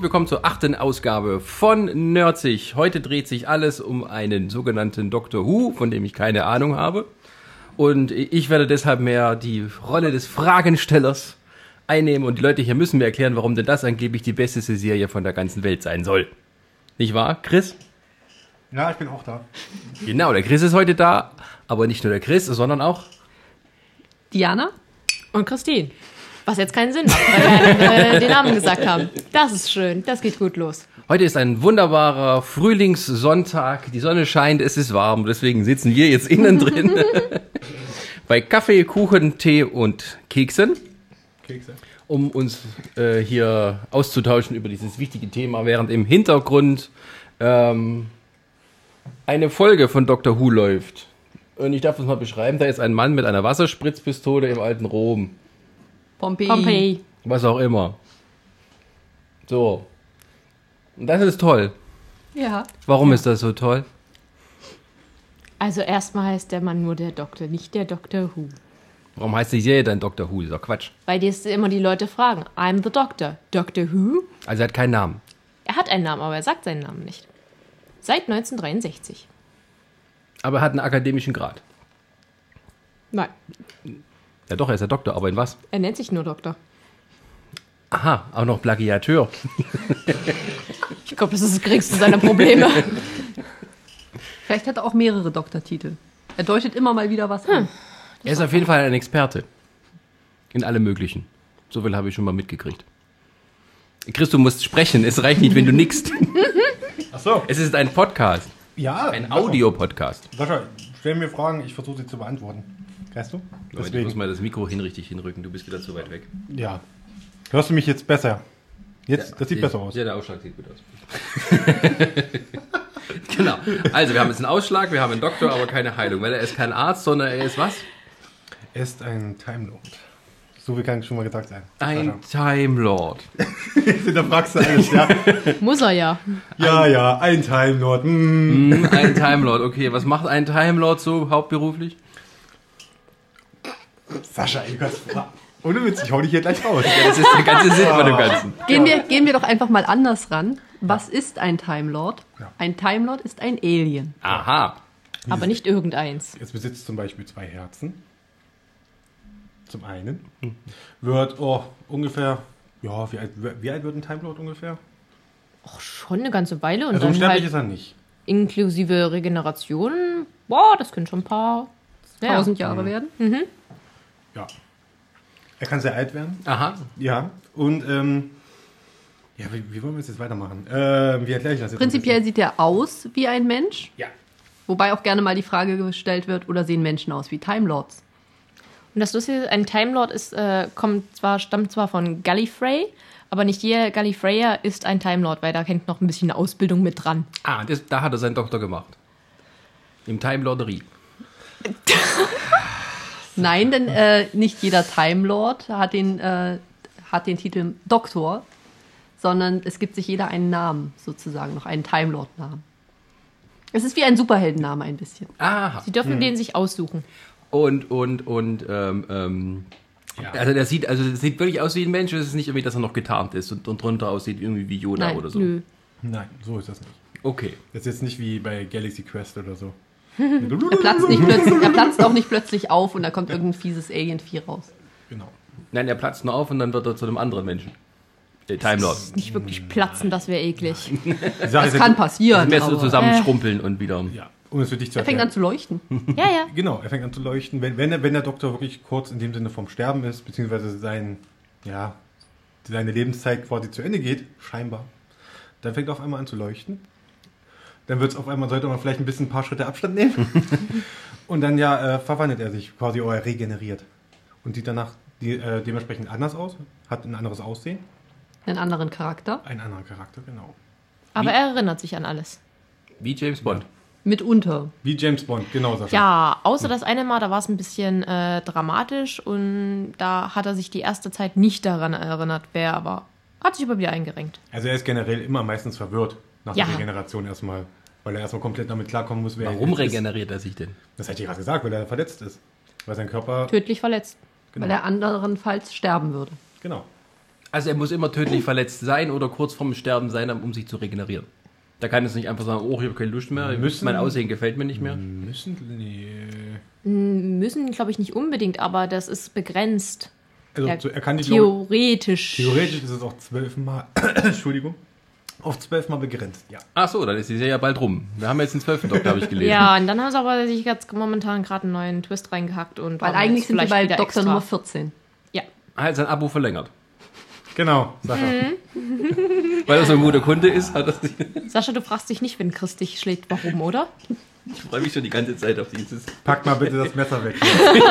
willkommen zur 8. Ausgabe von Nerdsig. Heute dreht sich alles um einen sogenannten Dr. Who, von dem ich keine Ahnung habe. Und ich werde deshalb mehr die Rolle des Fragenstellers einnehmen und die Leute hier müssen mir erklären, warum denn das angeblich die beste Serie von der ganzen Welt sein soll. Nicht wahr, Chris? Ja, ich bin auch da. Genau, der Chris ist heute da, aber nicht nur der Chris, sondern auch Diana und Christine. Was jetzt keinen Sinn macht, weil wir den Namen gesagt haben. Das ist schön, das geht gut los. Heute ist ein wunderbarer Frühlingssonntag, die Sonne scheint, es ist warm, deswegen sitzen wir jetzt innen drin bei Kaffee, Kuchen, Tee und Keksen, um uns hier auszutauschen über dieses wichtige Thema, während im Hintergrund eine Folge von Dr. Who läuft. Und ich darf das mal beschreiben, da ist ein Mann mit einer Wasserspritzpistole im alten Rom. Pompeii. Was auch immer. So. Und das ist toll. Ja. Warum ist das so toll? Also erstmal heißt der Mann nur der Doktor, nicht der Dr. Who. Warum heißt die Serie dann Dr. Who? Das ist doch Quatsch. Weil jetzt immer die Leute fragen, I'm the Doctor. Dr. Who? Also er hat keinen Namen. Er hat einen Namen, aber er sagt seinen Namen nicht. Seit 1963. Aber er hat einen akademischen Grad. Nein, Ja doch, er ist der Doktor, aber in was? er nennt sich nur Doktor. Aha, auch noch Plagiateur. Ich glaube, das ist das geringste seiner Probleme. Vielleicht hat er auch mehrere Doktortitel. Er deutet immer mal wieder was an. Er ist auf jeden Fall ein Experte. In allem Möglichen. So viel habe ich schon mal mitgekriegt. Chris, du musst sprechen. Es reicht nicht, wenn du nickst. Ach so. Es ist ein Podcast. Ja. Ein Audio-Podcast. Sascha, stell mir Fragen, ich versuche sie zu beantworten. Weißt du? Leute, ich muss mal das Mikro richtig hinrücken. Du bist wieder zu weit weg. Ja. Hörst du mich jetzt besser? Jetzt, das sieht besser aus. Ja, der Ausschlag sieht gut aus. Genau. Also, wir haben jetzt einen Ausschlag, wir haben einen Doktor, aber keine Heilung. Weil er ist kein Arzt, sondern er ist was? Er ist ein Time Lord. So viel kann schon mal gesagt sein. Ein Time Lord. Da fragst du alles, ja. Muss er ja. Ja, ein Time Lord. Ein Time Lord, okay. Was macht ein Time Lord so hauptberuflich? Sascha, ey, ohne Witz, ich hau dich hier gleich raus. Ja, das ist der ganze Sinn von dem Ganzen. Gehen wir doch einfach mal anders ran. Was ist ein Time Lord? Ja. Ein Time Lord ist ein Alien. Aha. Aber nicht irgendeins. Jetzt besitzt zum Beispiel 2 Herzen. Zum einen. Wird ungefähr, ja, wie alt wird ein Time Lord ungefähr? Och, schon eine ganze Weile. Und Also dann unsterblich halt ist er nicht. inklusive Regeneration. Boah, das können schon ein paar 1000 Jahre werden. Ja. Er kann sehr alt werden. Aha. Ja. Und, ja, wie wollen wir es jetzt weitermachen? Wie erkläre ich das jetzt? Prinzipiell sieht er aus wie ein Mensch. Ja. Wobei auch gerne mal die Frage gestellt wird, oder sehen Menschen aus wie Time Lords? Und das Lustige, ein Time Lord ist, stammt zwar von Gallifrey, aber nicht jeder Gallifreyer ist ein Time Lord, weil da hängt noch ein bisschen eine Ausbildung mit dran. Ah, da hat er seinen Doktor gemacht. Im Time Lorderie. Nein, denn nicht jeder Time Lord hat den Titel Doktor, sondern es gibt sich jeder einen Namen, sozusagen, noch einen Time Lord-Namen. Es ist wie ein Superheldenname ein bisschen. Aha. Sie dürfen den sich aussuchen. Ja. Also das sieht wirklich aus wie ein Mensch. Es ist nicht irgendwie, dass er noch getarnt ist und drunter aussieht irgendwie wie Yoda Nein, oder so. Nö. Nein, so ist das nicht. Okay. Das ist jetzt nicht wie bei Galaxy Quest oder so. Er platzt auch nicht plötzlich auf und da kommt irgendein fieses Alien-Vieh raus. Genau. Nein, er platzt nur auf und dann wird er zu einem anderen Menschen. Der Time Lord. Nicht wirklich platzen, das wäre eklig. Das kann passieren. Mehr so aber zusammenschrumpeln und wieder. Ja, um es für dich zu er fängt erklären. an zu leuchten. Ja, ja. Genau, er fängt an zu leuchten. Wenn der Doktor wirklich kurz in dem Sinne vom Sterben ist, beziehungsweise seine Lebenszeit quasi zu Ende geht, scheinbar, dann fängt er auf einmal an zu leuchten. Dann wird es auf einmal, sollte man vielleicht ein paar Schritte Abstand nehmen. Und dann verwandelt er sich quasi oder er regeneriert. Und sieht danach dementsprechend anders aus, hat ein anderes Aussehen, Einen anderen Charakter. einen anderen Charakter, genau. Aber er erinnert sich an alles. Wie James Bond. Mitunter. Wie James Bond, genau, Sascha. Ja, außer das eine Mal, da war es ein bisschen dramatisch und da hat er sich die erste Zeit nicht daran erinnert, wer er war. Hat sich aber wieder eingerenkt. Also er ist generell immer meistens verwirrt nach Ja. der Regeneration erstmal. Weil er erstmal komplett damit klarkommen muss, wer Warum er ist. regeneriert er sich denn? Das hatte ich gerade gesagt, weil er verletzt ist. Weil sein Körper... Tödlich verletzt. Genau. Weil er anderenfalls sterben würde. Genau. Also er muss immer tödlich verletzt sein oder kurz vorm Sterben sein, um sich zu regenerieren. Da kann es nicht einfach sagen, oh, ich habe keine Lust mehr, mein Aussehen gefällt mir nicht mehr. Müssen, glaube ich, nicht unbedingt, aber das ist begrenzt. Also Ja, er kann die theoretisch. Theoretisch ist es auch 12 Mal, Entschuldigung, auf 12 Mal begrenzt, ja. Ach so, dann ist die Serie ja bald rum. Wir haben jetzt den 12. Doktor, habe ich gelesen. Ja, und dann haben sie aber sich jetzt momentan gerade einen neuen Twist reingehackt. Und Weil haben eigentlich jetzt sind wir vielleicht bei wieder Doktor extra. Nummer 14. Ja. Hat sein Abo verlängert. Genau, Sascha. Weil er so ein guter Kunde ist, hat er sich... Sascha, du fragst dich nicht, wenn Chris dich schlägt, warum, oder? Ich freue mich schon die ganze Zeit auf dieses... Pack mal bitte das Messer weg.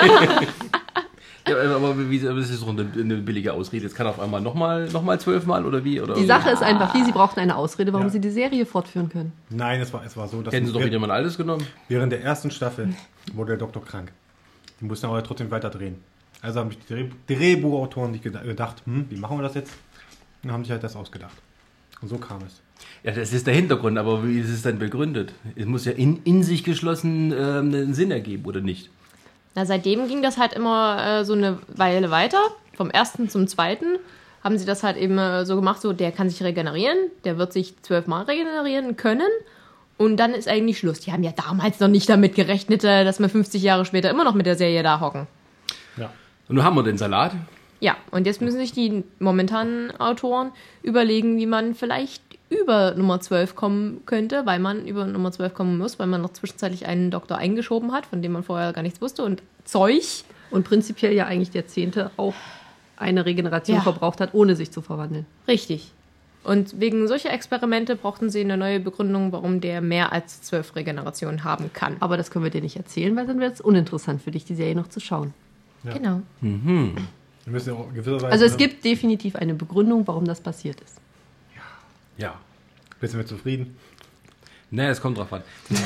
Ja, aber das ist doch eine billige Ausrede. Jetzt kann er auf einmal nochmal 12 Mal oder wie? Oder Die Sache ist einfach die, sie brauchten eine Ausrede, warum sie die Serie fortführen können. Nein, es war so, dass Hätten sie doch wieder mal alles genommen. während der ersten Staffel wurde der Doktor krank. Die mussten aber trotzdem weiter drehen. Also haben sich die Drehbuchautoren nicht gedacht, wie machen wir das jetzt? Und haben sich halt das ausgedacht. Und so kam es. Ja, das ist der Hintergrund, aber wie ist es dann begründet? Es muss ja in sich geschlossen einen Sinn ergeben, oder nicht? Na, seitdem ging das halt immer so eine Weile weiter. Vom ersten zum zweiten haben sie das halt eben so gemacht, so der kann sich regenerieren, der wird sich 12 Mal regenerieren können und dann ist eigentlich Schluss. Die haben ja damals noch nicht damit gerechnet, dass wir 50 Jahre später immer noch mit der Serie da hocken. Ja. Und nun haben wir den Salat. Ja, und jetzt müssen sich die momentanen Autoren überlegen, wie man vielleicht über Nummer 12 kommen könnte, weil man über Nummer 12 kommen muss, weil man noch zwischenzeitlich einen Doktor eingeschoben hat, von dem man vorher gar nichts wusste und Zeug. Und prinzipiell ja eigentlich der 10. auch eine Regeneration verbraucht hat, ohne sich zu verwandeln. Richtig. Und wegen solcher Experimente brauchten sie eine neue Begründung, warum der mehr als 12 Regenerationen haben kann. Aber das können wir dir nicht erzählen, weil dann wird es uninteressant für dich, die Serie noch zu schauen. Ja. Genau. Wir müssen ja auch gewisserweise, Also es gibt definitiv eine Begründung, warum das passiert ist. Ja. Bist du mit zufrieden? Naja, es kommt drauf an.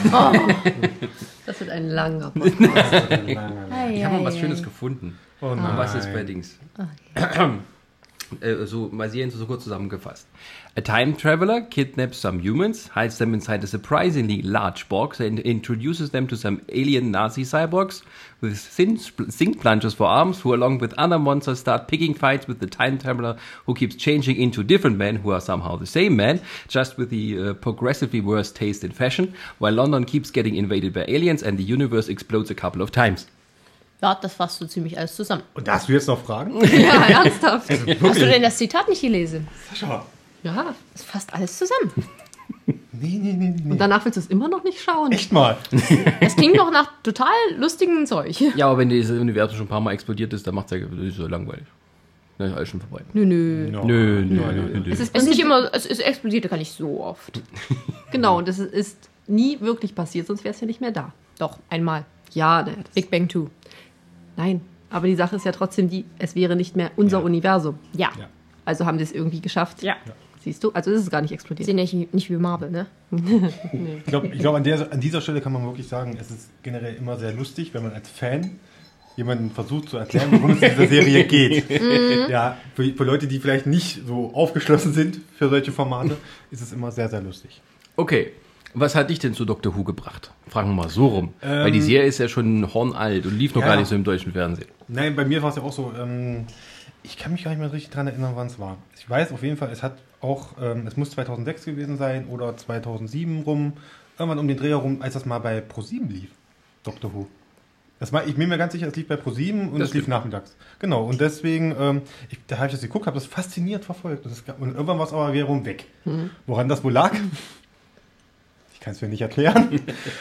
Das wird ein langer Ich habe mal was Schönes gefunden. Oh nein. Was ist bei Dings? So, mal sehen, so kurz zusammengefasst. A time traveler kidnaps some humans, hides them inside a surprisingly large box and introduces them to some alien Nazi cyborgs with zinc plungers for arms, who along with other monsters start picking fights with the time traveler who keeps changing into different men who are somehow the same man, just with the progressively worse taste in fashion, while London keeps getting invaded by aliens and the universe explodes a couple of times. Ja, das fasst so ziemlich alles zusammen. Und darfst du jetzt noch fragen? Ja, ernsthaft. Hast du denn das Zitat nicht gelesen? Sascha. Ja. Das fasst alles zusammen. Nee. Und danach willst du es immer noch nicht schauen. Echt mal. Das klingt doch nach total lustigem Zeug. Ja, aber wenn dieses Universum schon ein paar Mal explodiert ist, dann macht es ja so langweilig. Dann ist alles schon vorbei. Nö. No. Nö. Es ist Es ist nicht immer, es explodiert gar nicht so oft. Genau, und es ist nie wirklich passiert, sonst wäre es ja nicht mehr da. Doch, einmal. Ja, naja, das Big Bang 2. nein. Aber die Sache ist ja trotzdem die, es wäre nicht mehr unser Universum. Ja. Ja. Also haben sie es irgendwie geschafft. Ja. Siehst du? Also ist es gar nicht explodiert. Sind ja nicht wie Marvel, ne? Ich glaube, an dieser Stelle kann man wirklich sagen, es ist generell immer sehr lustig, wenn man als Fan jemanden versucht zu erklären, worum es in dieser Serie geht. Ja, für Leute, die vielleicht nicht so aufgeschlossen sind für solche Formate, ist es immer sehr, sehr lustig. Okay, was hat dich denn zu Doctor Who gebracht? Fragen wir mal so rum. Weil die Serie ist ja schon hornalt und lief noch Ja. gar nicht so im deutschen Fernsehen. Nein, bei mir war es ja auch so, ich kann mich gar nicht mehr richtig daran erinnern, wann es war. Ich weiß auf jeden Fall, es hat auch, es muss 2006 gewesen sein oder 2007 rum, irgendwann um den Dreh herum, als das mal bei ProSieben lief, Doctor Who. Ich bin mir ganz sicher, es lief bei ProSieben und Das es lief stimmt. nachmittags. Genau, und deswegen, da habe ich das geguckt, habe das fasziniert verfolgt. Und irgendwann war es aber wiederum weg. Woran das wohl lag? Ich kann es mir nicht erklären.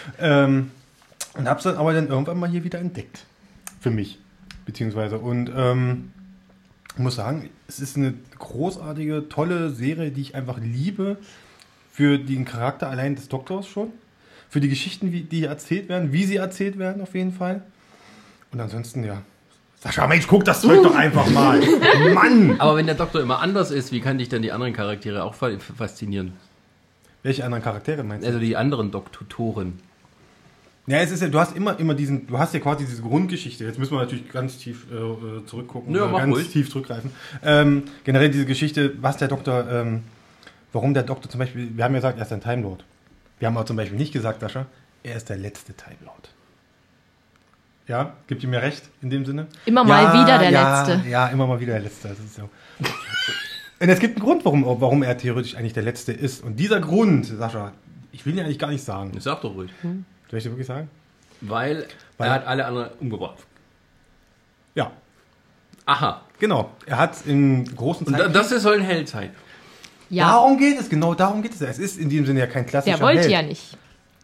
Und habe es dann aber dann irgendwann mal hier wieder entdeckt. Für mich. Beziehungsweise. Und ich muss sagen, es ist eine großartige, tolle Serie, die ich einfach liebe. Für den Charakter allein des Doktors schon. Für die Geschichten, die erzählt werden, wie sie erzählt werden, auf jeden Fall. Und ansonsten, ja. Sascha, Mensch, guck das Zeug doch einfach mal. Mann! Aber wenn der Doktor immer anders ist, wie kann dich dann die anderen Charaktere auch faszinieren? Welche anderen Charaktere meinst du? Also die anderen Doktoren. Ja, es ist ja, du hast immer du hast ja quasi diese Grundgeschichte. Jetzt müssen wir natürlich ganz tief zurückgucken, Ja, mach ganz ruhig. tief zurückgreifen. Generell diese Geschichte, was der Doktor, warum der Doktor zum Beispiel, wir haben ja gesagt, er ist ein Time Lord. Wir haben aber zum Beispiel nicht gesagt, Sascha, er ist der letzte Time Lord. Ja, gibt ihr mir recht in dem Sinne? Immer mal wieder der ja, Letzte. Ja, immer mal wieder der Letzte. Das ist so. Und es gibt einen Grund, warum er theoretisch eigentlich der Letzte ist. Und dieser Grund, Sascha, ich will ihn eigentlich gar nicht sagen. Sag doch ruhig. Soll ich dir wirklich sagen? Weil er hat alle anderen umgebracht. Ja, Aha. genau. Er hat im großen Und das ist so ein Heldzeit. Ja, Darum geht es, genau darum geht es. Es ist in diesem Sinne ja kein klassischer der wollte Held. ja nicht.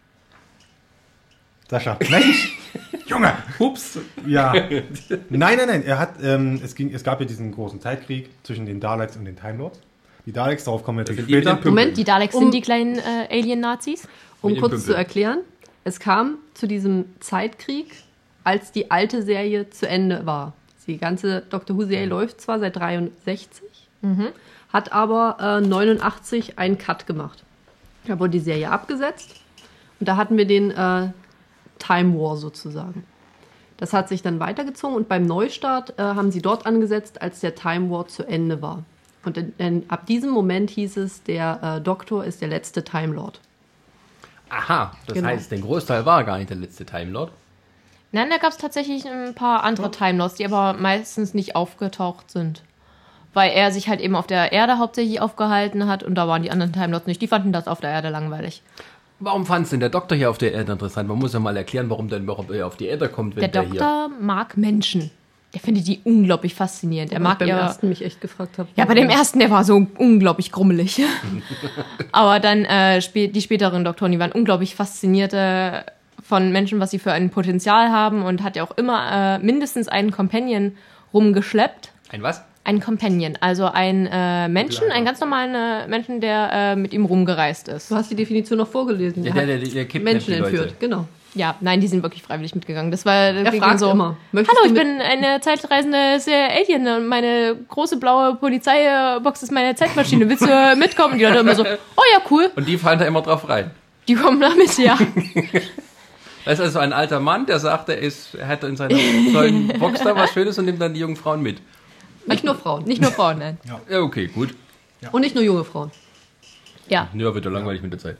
Sascha, Mensch! Junge! Ups. Ja. Nein. Er hat, es gab ja diesen großen Zeitkrieg zwischen den Daleks und den Time Lords. Die Daleks, darauf kommen wir natürlich sind die mit später. den Pümpeln. Moment, die Daleks sind die kleinen Alien-Nazis? Um Mit dem kurz Pümpel. zu erklären, es kam zu diesem Zeitkrieg, als die alte Serie zu Ende war. Die ganze Doctor Who-Serie läuft zwar seit 63, hat aber 89 einen Cut gemacht. Da wurde die Serie abgesetzt und da hatten wir den Time War sozusagen. Das hat sich dann weitergezogen und beim Neustart haben sie dort angesetzt, als der Time War zu Ende war. Und ab diesem Moment hieß es, der Doktor ist der letzte Time Lord. Aha. Das Genau. heißt, der Großteil war gar nicht der letzte Time Lord. Nein, da gab es tatsächlich ein paar andere Time Lords, die aber meistens nicht aufgetaucht sind. Weil er sich halt eben auf der Erde hauptsächlich aufgehalten hat und da waren die anderen Time Lords nicht. Die fanden das auf der Erde langweilig. Warum fand es denn der Doktor hier auf der Erde interessant? Man muss ja mal erklären, warum der überhaupt auf die Erde kommt, wenn Der der hier... Doktor mag Menschen. Der findet die unglaublich faszinierend. Er mag beim ja. ersten mich echt gefragt habe. Ja, bei dem ersten, der war so unglaublich grummelig. Aber dann die späteren Doktoren, die waren unglaublich fasziniert von Menschen, was sie für ein Potenzial haben und hat ja auch immer mindestens einen Companion rumgeschleppt. Ein was? Ein Companion, also ein Menschen, einen ganz normalen Menschen, der mit ihm rumgereist ist. Du hast die Definition noch vorgelesen. Ja, Er hat der kidnappt Menschen die Leute. entführt, genau. Ja, nein, die sind wirklich freiwillig mitgegangen. Das war Er fragt so, immer, möchtest hallo, du ich mit- bin eine zeitreisende Alien und meine große blaue Polizeibox ist meine Zeitmaschine. Willst du mitkommen? Und die Leute immer so, oh ja, cool. Und die fallen da immer drauf rein. Die kommen da mit, ja. Das ist also ein alter Mann, der sagt, er hat in seiner neuen Box da was Schönes und nimmt dann die jungen Frauen mit. Nicht nur Frauen. Nicht nur Frauen, nein. Ja, okay, gut. Und nicht nur junge Frauen. Ja, Ja, wird ja langweilig mit der Zeit.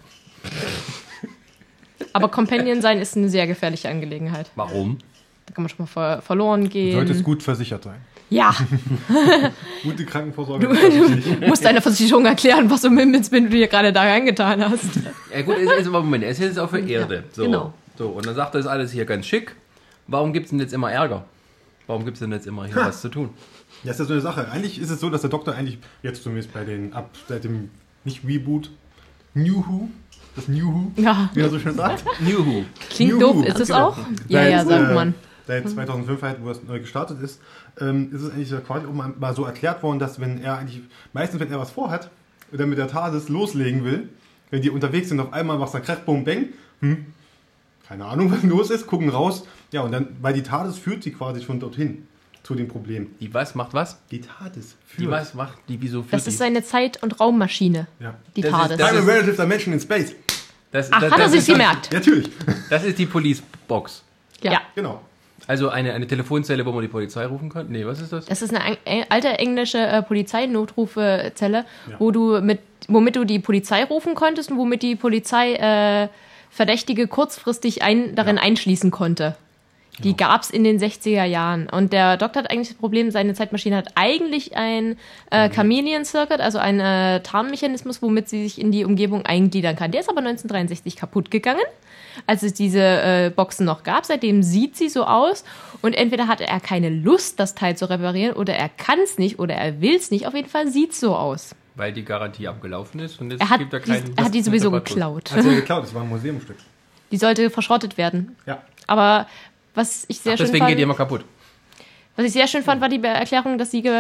aber Companion sein ist eine sehr gefährliche Angelegenheit. Warum? Da kann man schon mal verloren Du gehen. solltest gut versichert sein. Ja, Gute Krankenvorsorge. du musst deiner Versicherung erklären, was um Himmels Willen du dir gerade da reingetan hast. Ja gut, es ist aber Moment, es ist jetzt auf der Erde. So, genau. So, und dann sagt er, ist alles hier ganz schick. Warum gibt es denn jetzt immer Ärger? Warum gibt es denn jetzt immer hier was zu tun? Ja, ist ja so eine Sache. Eigentlich ist es so, dass der Doktor eigentlich jetzt zumindest seit dem, nicht Reboot, New Who, das New Who, Ja, wie er so schön sagt. New Who. klingt New doof, Who, ist es genau. auch? Ja, sagt man. Seit 2005 halt, wo es neu gestartet ist, ist es eigentlich so quasi auch mal so erklärt worden, dass wenn er was vorhat oder mit der TARDIS loslegen will, wenn die unterwegs sind, auf einmal macht es Krach, Boom, Bang, keine Ahnung, was los ist, gucken raus, ja, und dann, weil die TARDIS führt sie quasi schon dorthin, zu dem Problem. Die was macht was? Die TARDIS Die führt. was macht die, wieso führt Das ist eine Zeit- und Raummaschine, Ja. die Das ist- TARDIS. das Time ist- and Relative Dimension in Space. das, Ach, hat er sich gemerkt? Natürlich. Das ist die Police-Box. Ja. Genau. Also eine Telefonzelle, wo man die Polizei rufen kann? Nee, was ist das? Das ist eine alte englische Polizeinotrufzelle, womit du die Polizei rufen konntest und womit die Polizei Verdächtige kurzfristig darin einschließen konnte. Die gab es in den 60er Jahren. Und der Doktor hat eigentlich das Problem, seine Zeitmaschine hat eigentlich ein Chameleon Circuit, also ein Tarnmechanismus, womit sie sich in die Umgebung eingliedern kann. Der ist aber 1963 kaputt gegangen, als es diese Boxen noch gab. Seitdem sieht sie so aus. Und entweder hatte er keine Lust, das Teil zu reparieren, oder er kann es nicht, oder er will es nicht. Auf jeden Fall sieht es so aus. Weil die Garantie abgelaufen ist und jetzt Er hat, gibt er keinen... er hat die sowieso Reparatur. geklaut. Hat sie ja geklaut, das war ein Museumstück. Die sollte verschrottet werden. Ja. Aber was ich sehr schön Deswegen fand, geht die immer kaputt. was ich sehr schön fand, war die Erklärung, dass sie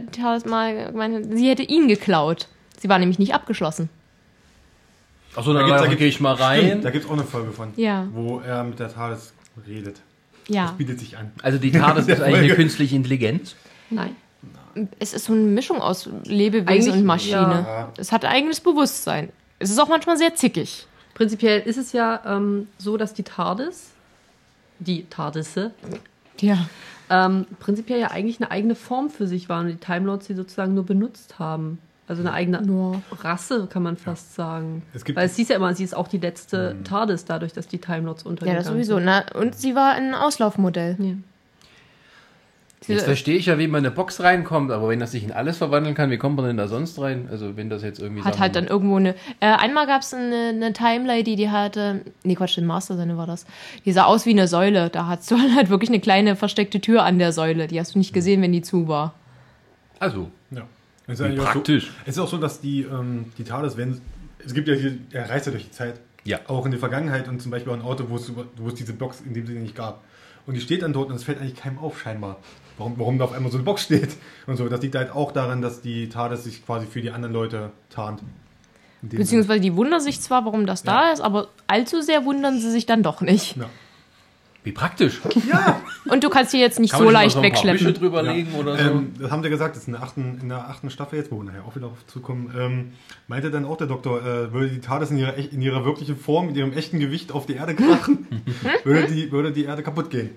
sie hätte ihn geklaut. Sie war nämlich nicht abgeschlossen. Achso, Da dann gibt's- gehe ich mal Stimmt, rein. da gibt es auch eine Folge von, Ja. wo er mit der TARDIS redet. Das Ja. bietet sich an. Also die TARDIS ist eigentlich eine künstliche Intelligenz. Nein. Es ist so eine Mischung aus Lebewesen Eigentlich, und Maschine. ja. Es hat eigenes Bewusstsein. Es ist auch manchmal sehr zickig. Prinzipiell ist es ja so, dass die TARDISe, Ja. prinzipiell ja eigentlich eine eigene Form für sich waren und die Time Lords sie sozusagen nur benutzt haben. Also eine eigene Ja. Rasse, kann man fast sagen. Es gibt- Weil es hieß ja immer, sie ist auch die letzte TARDIS, dadurch, dass die Time Lords Ja, untergegangen das sowieso. sind. Na, und sie war ein Auslaufmodell. Ja. Jetzt verstehe ich ja, wie man in eine Box reinkommt, aber wenn das sich in alles verwandeln kann, wie kommt man denn da sonst rein? Also wenn das jetzt irgendwie... Hat halt dann irgendwo eine... einmal gab es eine Time Lady, die hatte... Nee, Quatsch, den Master Sinne war das. Die sah aus wie eine Säule. Da hast du halt wirklich eine kleine versteckte Tür an der Säule. Die hast du nicht gesehen, wenn die zu war. Also, Ja. Es ist wie eigentlich auch praktisch. So, es ist auch so, dass die TARDIS, wenn... Es gibt ja hier... Er reist ja durch die Zeit. Ja. Auch in der Vergangenheit und zum Beispiel auch ein Auto, wo es diese Box in dem Sinne nicht gab. Und die steht dann dort und es fällt eigentlich keinem auf, scheinbar. Warum da auf einmal so eine Box steht und so. Das liegt halt auch daran, dass die TARDIS sich quasi für die anderen Leute tarnt. Beziehungsweise die wundern sich zwar, warum das da ist, aber allzu sehr wundern sie sich dann doch nicht. Ja. Wie praktisch. Ja! Und du kannst sie jetzt nicht Kann so man leicht ein paar Büsche wegschleppen. drüber legen oder so? Das haben sie gesagt, das ist in der achten Staffel jetzt, wo wir nachher auch wieder auf zukommen, meinte dann auch der Doktor, würde die TARDIS in ihrer wirklichen Form, in ihrem echten Gewicht auf die Erde krachen, würde die Erde kaputt gehen.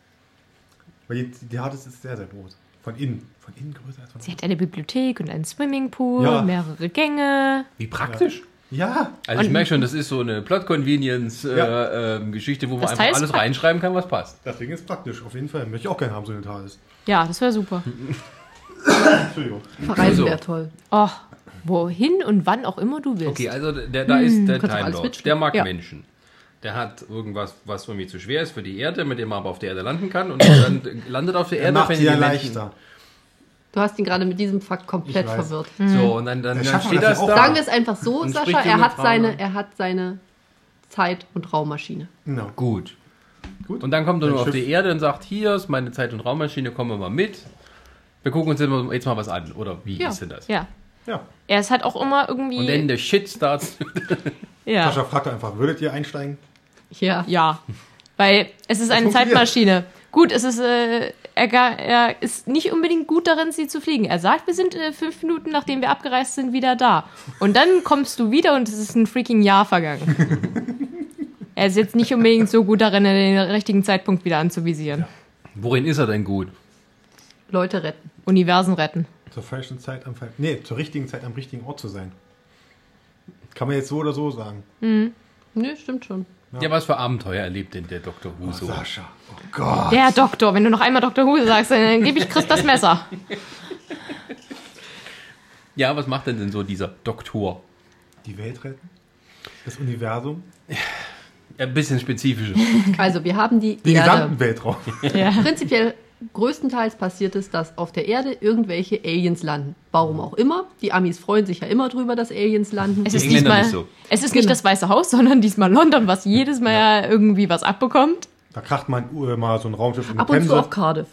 Weil die TARDIS ist sehr, sehr groß. Von innen größer als von Sie hat eine Bibliothek und einen Swimmingpool, Ja. mehrere Gänge. Wie praktisch. Ja! Also ich merke schon, das ist so eine Plot-Convenience-Geschichte, wo man Das einfach heißt alles reinschreiben kann, was passt. Deswegen ist es praktisch, auf jeden Fall. Möchte ich auch gerne haben, so eine TARDIS. Ja, das wäre super. Entschuldigung. Verreisen So. wäre toll. Oh, wohin und wann auch immer du willst. Okay, also da ist der kannst du alles Time Lord. mitschleppen. Der mag Ja. Menschen. Der hat irgendwas, was irgendwie zu schwer ist für die Erde, mit dem er aber auf der Erde landen kann. Und dann landet auf der Er Erde, macht wenn sie die ja Menschen... leichter. Du hast ihn gerade mit diesem Fakt komplett Ich weiß. verwirrt. So, und dann schaffen steht wir das das ja auch. da. Sagen wir es einfach so, Und Sascha, spricht er junge hat, Frauen an. er hat seine Zeit- und Raummaschine. Genau. Gut. Gut. Und dann kommt er Ein nur auf Schiff. die Erde und sagt, hier ist meine Zeit- und Raummaschine, kommen wir mal mit. Wir gucken uns jetzt mal was an. Oder wie Ja. ist denn das? Ja. Ja. Er ist halt auch immer irgendwie. Und dann der Shit starts. ja. Sascha fragt einfach, würdet ihr einsteigen? Ja. Ja. Weil es ist eine funktioniert. Zeitmaschine. Gut, es ist, er ist nicht unbedingt gut darin, sie zu fliegen. Er sagt, wir sind 5 Minuten, nachdem wir abgereist sind, wieder da. Und dann kommst du wieder und es ist ein freaking Jahr vergangen. Er ist jetzt nicht unbedingt so gut darin, den richtigen Zeitpunkt wieder anzuvisieren. Worin ist er denn gut? Leute retten. Universen retten. Zur falschen Zeit zur richtigen Zeit am richtigen Ort zu sein. Kann man jetzt so oder so sagen. Nö, stimmt schon. Ja, was für Abenteuer erlebt denn der Dr. Who so? Sascha, oh Gott. Der Doktor, wenn du noch einmal Dr. Who sagst, dann gebe ich Chris das Messer. Ja, was macht denn so dieser Doktor? Die Welt retten? Das Universum? Ein bisschen spezifischer. Also, wir haben die Den Erde. gesamten Weltraum. Ja. Prinzipiell größtenteils passiert es, dass auf der Erde irgendwelche Aliens landen. Warum auch immer. Die Amis freuen sich ja immer drüber, dass Aliens landen. Es ist, Engländer diesmal, nicht so. es ist Genau. nicht das Weiße Haus, sondern diesmal London, was jedes Mal ja irgendwie was abbekommt. Da kracht man mal so ein Raumschiff in die Ab und zu Themse. auch Cardiff.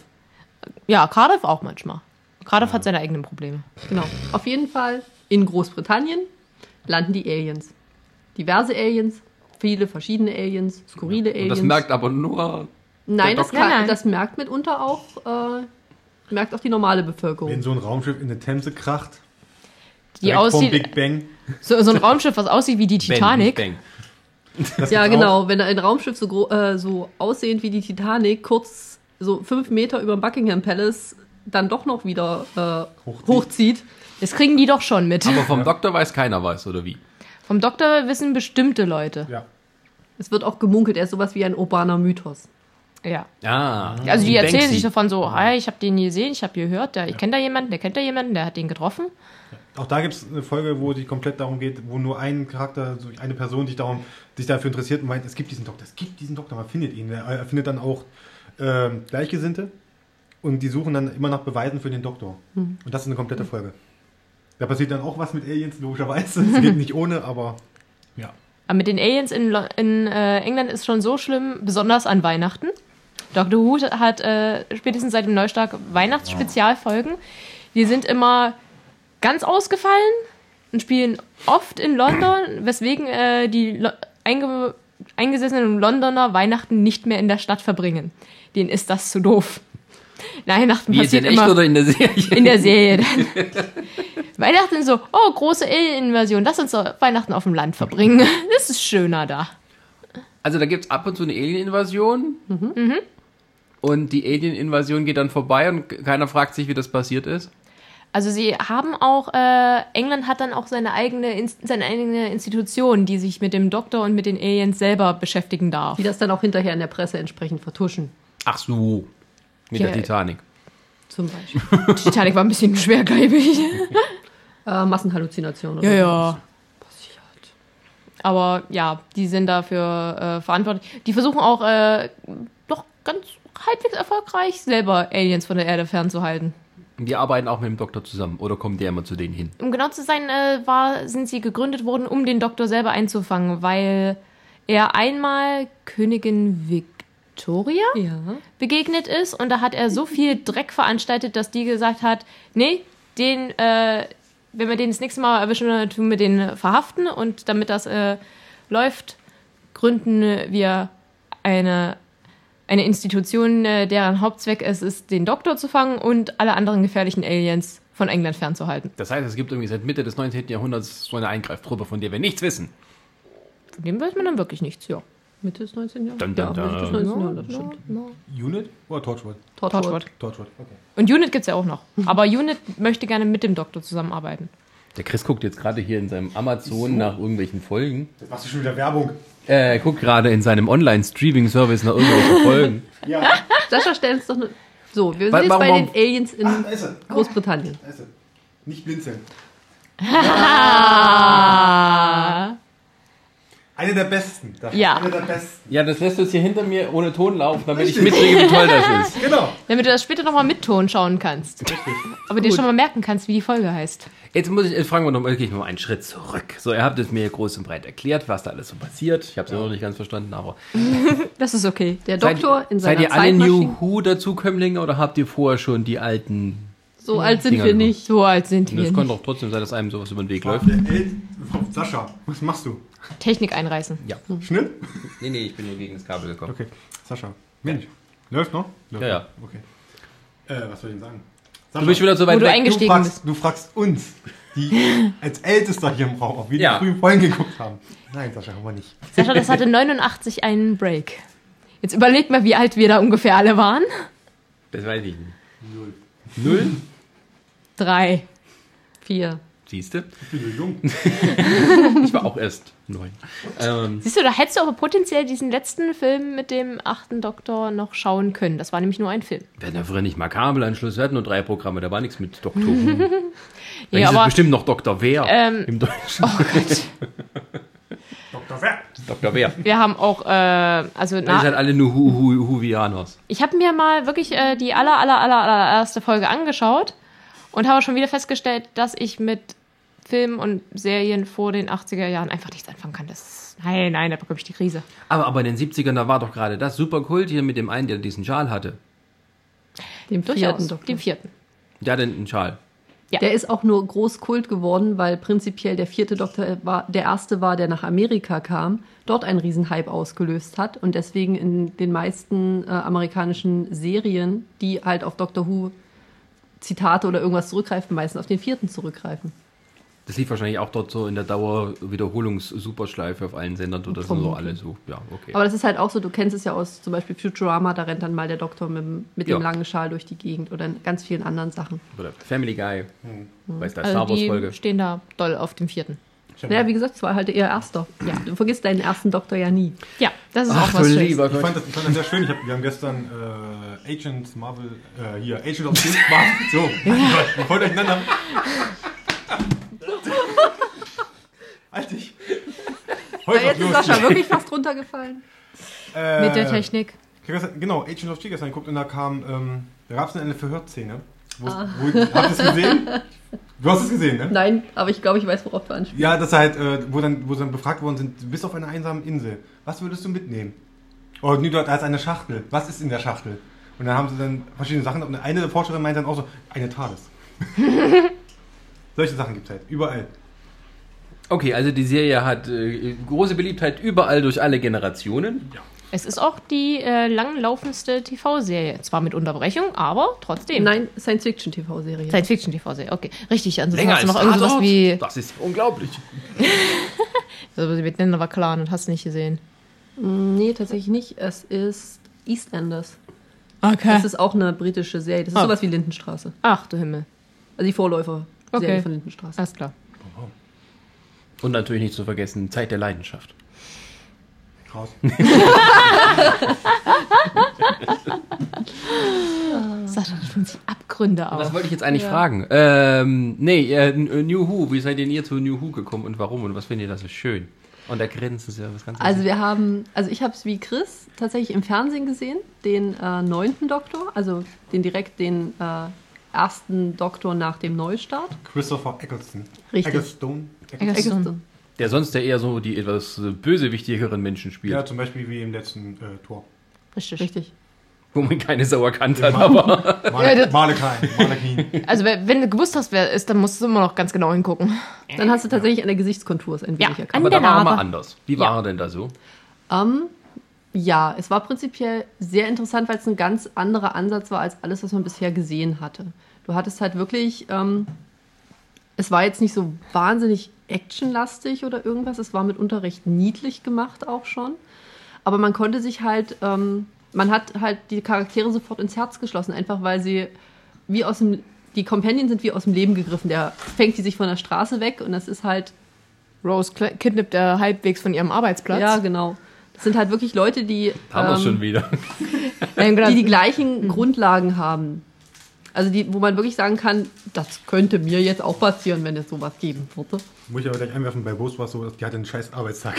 Ja, Cardiff auch manchmal. Cardiff hat seine eigenen Probleme. Genau. Auf jeden Fall in Großbritannien landen die Aliens. Diverse Aliens, viele verschiedene Aliens, skurrile Und Aliens. das merkt aber nur... Nein, der das, Doktor. Nein. das merkt mitunter auch, merkt auch die normale Bevölkerung. Wenn so ein Raumschiff in eine Themse kracht, Die direkt vom aussieht, Big Bang. so ein Raumschiff, was aussieht wie die Titanic. Bang, Das Ja, gibt's genau. Wenn ein Raumschiff so aussehend wie die Titanic kurz so 5 Meter über dem Buckingham Palace dann doch noch wieder hochzieht. Das kriegen die doch schon mit. Aber vom Doktor weiß keiner was, oder wie? Vom Doktor wissen bestimmte Leute. Auch. Ja. Es wird auch gemunkelt, er ist sowas wie ein urbaner Mythos. Ja. Ah. Also die wie erzählen Banksy. sich davon so, hey, ich habe den gesehen, ich habe gehört, ich kenne da jemanden, der kennt da jemanden, der hat den getroffen. Auch da gibt es eine Folge, wo die komplett darum geht, wo nur ein Charakter, so eine Person sich dafür interessiert und meint, es gibt diesen Doktor, man findet ihn. Er findet dann auch Gleichgesinnte und die suchen dann immer nach Beweisen für den Doktor. Und das ist eine komplette Folge. Da passiert dann auch was mit Aliens, logischerweise. Es geht nicht ohne, aber ja. Aber mit den Aliens in England ist schon so schlimm, besonders an Weihnachten. Doctor Who hat spätestens seit dem Neustart Weihnachtsspezialfolgen. Die sind immer ganz ausgefallen und spielen oft in London, weswegen die eingesessenen Londoner Weihnachten nicht mehr in der Stadt verbringen. Denen ist das zu doof. Weihnachten Wie jetzt in passiert echt immer oder in der Serie? in der Serie dann. Weihnachten so, oh, große Alien-Invasion, lass uns doch Weihnachten auf dem Land verbringen. Das ist schöner da. Also da gibt es ab und zu eine Alien-Invasion. Und die Alien-Invasion geht dann vorbei und keiner fragt sich, wie das passiert ist. Also sie haben auch, England hat dann auch seine eigene Institution, die sich mit dem Doktor und mit den Aliens selber beschäftigen darf. Die das dann auch hinterher in der Presse entsprechend vertuschen. Ach so, mit Ja. der Titanic. Zum Beispiel. Titanic war ein bisschen schwergreifig. Massenhalluzination oder Ja. Aber ja, die sind dafür verantwortlich. Die versuchen auch doch ganz halbwegs erfolgreich selber Aliens von der Erde fernzuhalten. Die arbeiten auch mit dem Doktor zusammen oder kommt der immer zu denen hin? Um genau zu sein, sind sie gegründet worden, um den Doktor selber einzufangen, weil er einmal Königin Victoria begegnet ist und da hat er so viel Dreck veranstaltet, dass die gesagt hat, nee, wenn wir den das nächste Mal erwischen, dann tun wir den verhaften und damit das läuft, gründen wir eine Institution, deren Hauptzweck es ist, den Doktor zu fangen und alle anderen gefährlichen Aliens von England fernzuhalten. Das heißt, es gibt irgendwie seit Mitte des 19. Jahrhunderts so eine Eingreiftruppe, von der wir nichts wissen. Von dem weiß man dann wirklich nichts, ja. Mitte des 19. Jahrhunderts? Dun, dun, dun. Mitte des 19. Jahrhunderts, stimmt. Unit oder Torchwood? Torchwood. Torchwood, okay. Und Unit gibt es ja auch noch. Aber Unit möchte gerne mit dem Doktor zusammenarbeiten. Der Chris guckt jetzt gerade hier in seinem Amazon nach irgendwelchen Folgen. Jetzt machst du schon wieder Werbung. Er guckt gerade in seinem Online-Streaming-Service nach irgendwelchen Folgen. Ja. Sascha, stell uns doch eine... So, wir sind Warum- jetzt bei den Aliens in Da ist er. Großbritannien. Da ist er. Nicht blinzeln. Eine der besten. Ja. Eine der besten. Ja, das lässt du jetzt hier hinter mir ohne Ton laufen, damit ich mitkriege, wie toll das ist. Genau. Damit du das später nochmal mit Ton schauen kannst. Aber dir schon mal merken kannst, wie die Folge heißt. Jetzt fragen wir nochmal, gehe ich noch einen Schritt zurück. So, ihr habt es mir groß und breit erklärt, was da alles so passiert. Ich habe es ja noch nicht ganz verstanden, aber... Das ist okay. Der Doktor in seiner Seid ihr alle Zeitmaschine. New Who-Dazukömmlinge oder habt ihr vorher schon die alten... So alt sind Dinger wir geguckt? nicht. So alt sind wir Das nicht. kann doch trotzdem sein, dass einem sowas über den Weg läuft. Sascha, was machst du? Technik einreißen. Ja. Schnitt? Nee, ich bin nur gegen das Kabel gekommen. Okay. Sascha. Mensch. Läuft noch? Läuft Ja. noch. Okay. Was soll ich denn sagen? Du bist wieder so Wo weit du weg. eingestiegen bist. Du fragst uns, die als Ältester hier im Raum, ob wir Ja. die frühen Folgen geguckt haben. Nein, Sascha, haben wir nicht. Sascha, das hatte 89 einen Break. Jetzt überleg mal, wie alt wir da ungefähr alle waren. Das weiß ich nicht. Null? 3. 4. Siehste? Ich bin so jung. Ich war auch erst 9. Siehst du, da hättest du aber potenziell diesen letzten Film mit dem 8. Doktor noch schauen können. Das war nämlich nur ein Film. Wir hatten ja früher nicht Makabel-Anschluss, wir hatten nur 3 Programme, da war nichts mit Doktor Who. Da Ja, hieß es aber bestimmt noch Dr. Wer im Deutschen. oh Gott. Dr. Wer? Dr. Wer. Wir haben auch, also Die sind halt alle nur Whovianos. ich habe mir mal wirklich die allererste Folge angeschaut und habe schon wieder festgestellt, dass ich mit Filmen und Serien vor den 80er Jahren einfach nichts anfangen kann. Nein, da bekomme ich die Krise. Aber in den 70ern, da war doch gerade das super Kult hier mit dem einen, der diesen Schal hatte. Dem vierten Durchaus. Doktor. Dem 4. Der hatte einen Schal. Ja. Der ist auch nur groß Kult geworden, weil prinzipiell der 4. Doktor der erste war, der nach Amerika kam, dort einen Riesenhype ausgelöst hat und deswegen in den meisten amerikanischen Serien, die halt auf Doctor Who Zitate oder irgendwas zurückgreifen, meistens auf den 4. zurückgreifen. Das lief wahrscheinlich auch dort so in der Dauerwiederholungs-Superschleife auf allen Sendern. Das sind so alle so, ja, okay. Aber das ist halt auch so, du kennst es ja aus zum Beispiel Futurama, da rennt dann mal der Doktor mit Ja. dem langen Schal durch die Gegend oder in ganz vielen anderen Sachen. Oder Family Guy, bei der Also Star die Wars-Folge. stehen da doll auf dem 4. Naja, wie gesagt, es war halt ihr erster. Ja, du vergisst deinen ersten Doktor ja nie. Ja, das ist Ach auch du was Schönes. lieber Ich Gott. fand das sehr schön. Wir haben gestern Agent of Shield Marvel. So, voll durcheinander. Halt dich. Heute Jetzt ist Sascha wirklich fast runtergefallen. Mit der Technik. Genau, Agent of Shield gestern geguckt und da gab es eine Verhörszene. Habt ihr es gesehen? Du hast es gesehen, ne? Nein, aber ich glaube, ich weiß, worauf du anspielst. Ja, das halt, wo dann befragt worden sind, du bist auf einer einsamen Insel. Was würdest du mitnehmen? Oh, nee, dort als eine Schachtel. Was ist in der Schachtel? Und dann haben sie dann verschiedene Sachen. Und eine der Forscherin meint dann auch so, eine TARDIS. Solche Sachen gibt es halt, überall. Okay, also die Serie hat große Beliebtheit überall durch alle Generationen. Ja. Es ist auch die langlaufendste TV-Serie. Zwar mit Unterbrechung, aber trotzdem. Nein, Science-Fiction-TV-Serie. Science-Fiction-TV-Serie, okay. Richtig, ansonsten Länger hast du als noch irgendwas Tatort? wie... Das ist unglaublich. Also sie miteinander war klar und hast nicht gesehen. Nee, tatsächlich nicht. Es ist EastEnders. Okay. Das ist auch eine britische Serie. Das ist sowas wie Lindenstraße. Ach du Himmel. Also die Vorläufer-Serie Okay. von Lindenstraße. Alles klar. Und natürlich nicht zu vergessen, Zeit der Leidenschaft. Raus. Sascha hat von sich abgeholt. Gründe auch. Das wollte ich jetzt eigentlich fragen. New Who, wie seid denn ihr zu New Who gekommen und warum und was findet ihr da so schön? Und der Grinsen ist ja was ganz Also ich habe es wie Chris tatsächlich im Fernsehen gesehen, den 9. Doktor, also den ersten Doktor nach dem Neustart. Christopher Eccleston. Richtig. Eccleston. der sonst ja eher so die etwas bösewichtigeren Menschen spielt. Ja, zum Beispiel wie im letzten Tor. Richtig. Wo man keine Sau erkannt hat, aber... Malekine. Also wenn du gewusst hast, wer es ist, dann musst du immer noch ganz genau hingucken. Dann hast du tatsächlich an der Gesichtskontur ein wenig erkannt. aber der da war er mal Narbe. anders. Wie war er denn da so? Ja, es war prinzipiell sehr interessant, weil es ein ganz anderer Ansatz war als alles, was man bisher gesehen hatte. Du hattest halt wirklich, es war jetzt nicht so wahnsinnig actionlastig oder irgendwas, es war mitunter recht niedlich gemacht auch schon. Aber man konnte sich halt, man hat halt die Charaktere sofort ins Herz geschlossen, einfach weil sie die Companions sind wie aus dem Leben gegriffen. Der fängt die sich von der Straße weg und das ist halt... Rose kidnappt halbwegs von ihrem Arbeitsplatz. Ja, genau. Das sind halt wirklich Leute, die... Haben wir schon wieder. die gleichen Grundlagen haben. Also wo man wirklich sagen kann, das könnte mir jetzt auch passieren, wenn es sowas geben würde. Muss ich aber gleich einwerfen, bei Bose war es so, die hatte einen scheiß Arbeitstag.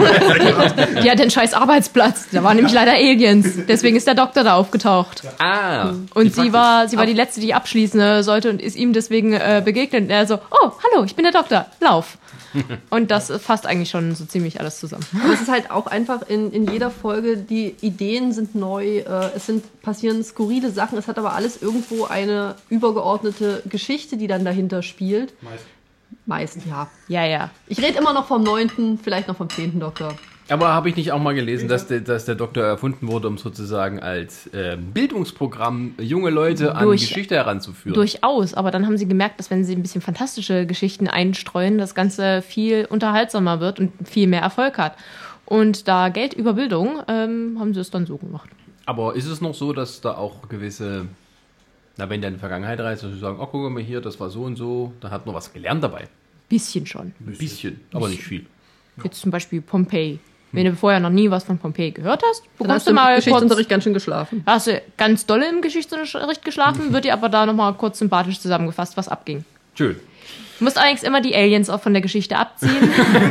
Die hat den scheiß Arbeitsplatz. Da waren nämlich leider Aliens. Deswegen ist der Doktor da aufgetaucht. Und sie war die Letzte, die abschließen sollte und ist ihm deswegen begegnet. Und er so, oh, hallo, ich bin der Doktor, lauf. Und das fasst eigentlich schon so ziemlich alles zusammen. Aber es ist halt auch einfach in jeder Folge, die Ideen sind neu, passieren skurrile Sachen, es hat aber alles irgendwo eine übergeordnete Geschichte, die dann dahinter spielt. Meist, ja. Ja. Ich rede immer noch vom 9., vielleicht noch vom 10. Doktor. Aber habe ich nicht auch mal gelesen, dass der Doktor erfunden wurde, um sozusagen als Bildungsprogramm junge Leute an Geschichte heranzuführen? Durchaus, aber dann haben sie gemerkt, dass wenn sie ein bisschen fantastische Geschichten einstreuen, das Ganze viel unterhaltsamer wird und viel mehr Erfolg hat. Und da Geld über Bildung, haben sie es dann so gemacht. Aber ist es noch so, dass da auch gewisse, wenn der in die Vergangenheit reist, dass sie sagen, oh, guck mal hier, das war so und so, da hat noch was gelernt dabei. Bisschen schon. Ein bisschen, aber nicht viel. Jetzt zum Beispiel Pompeji. Wenn du vorher noch nie was von Pompeji gehört hast, Dann hast du im Geschichtsunterricht ganz schön geschlafen. Hast du ganz doll im Geschichtsunterricht geschlafen, wird dir aber da nochmal kurz sympathisch zusammengefasst, was abging. Schön. Du musst allerdings immer die Aliens auch von der Geschichte abziehen.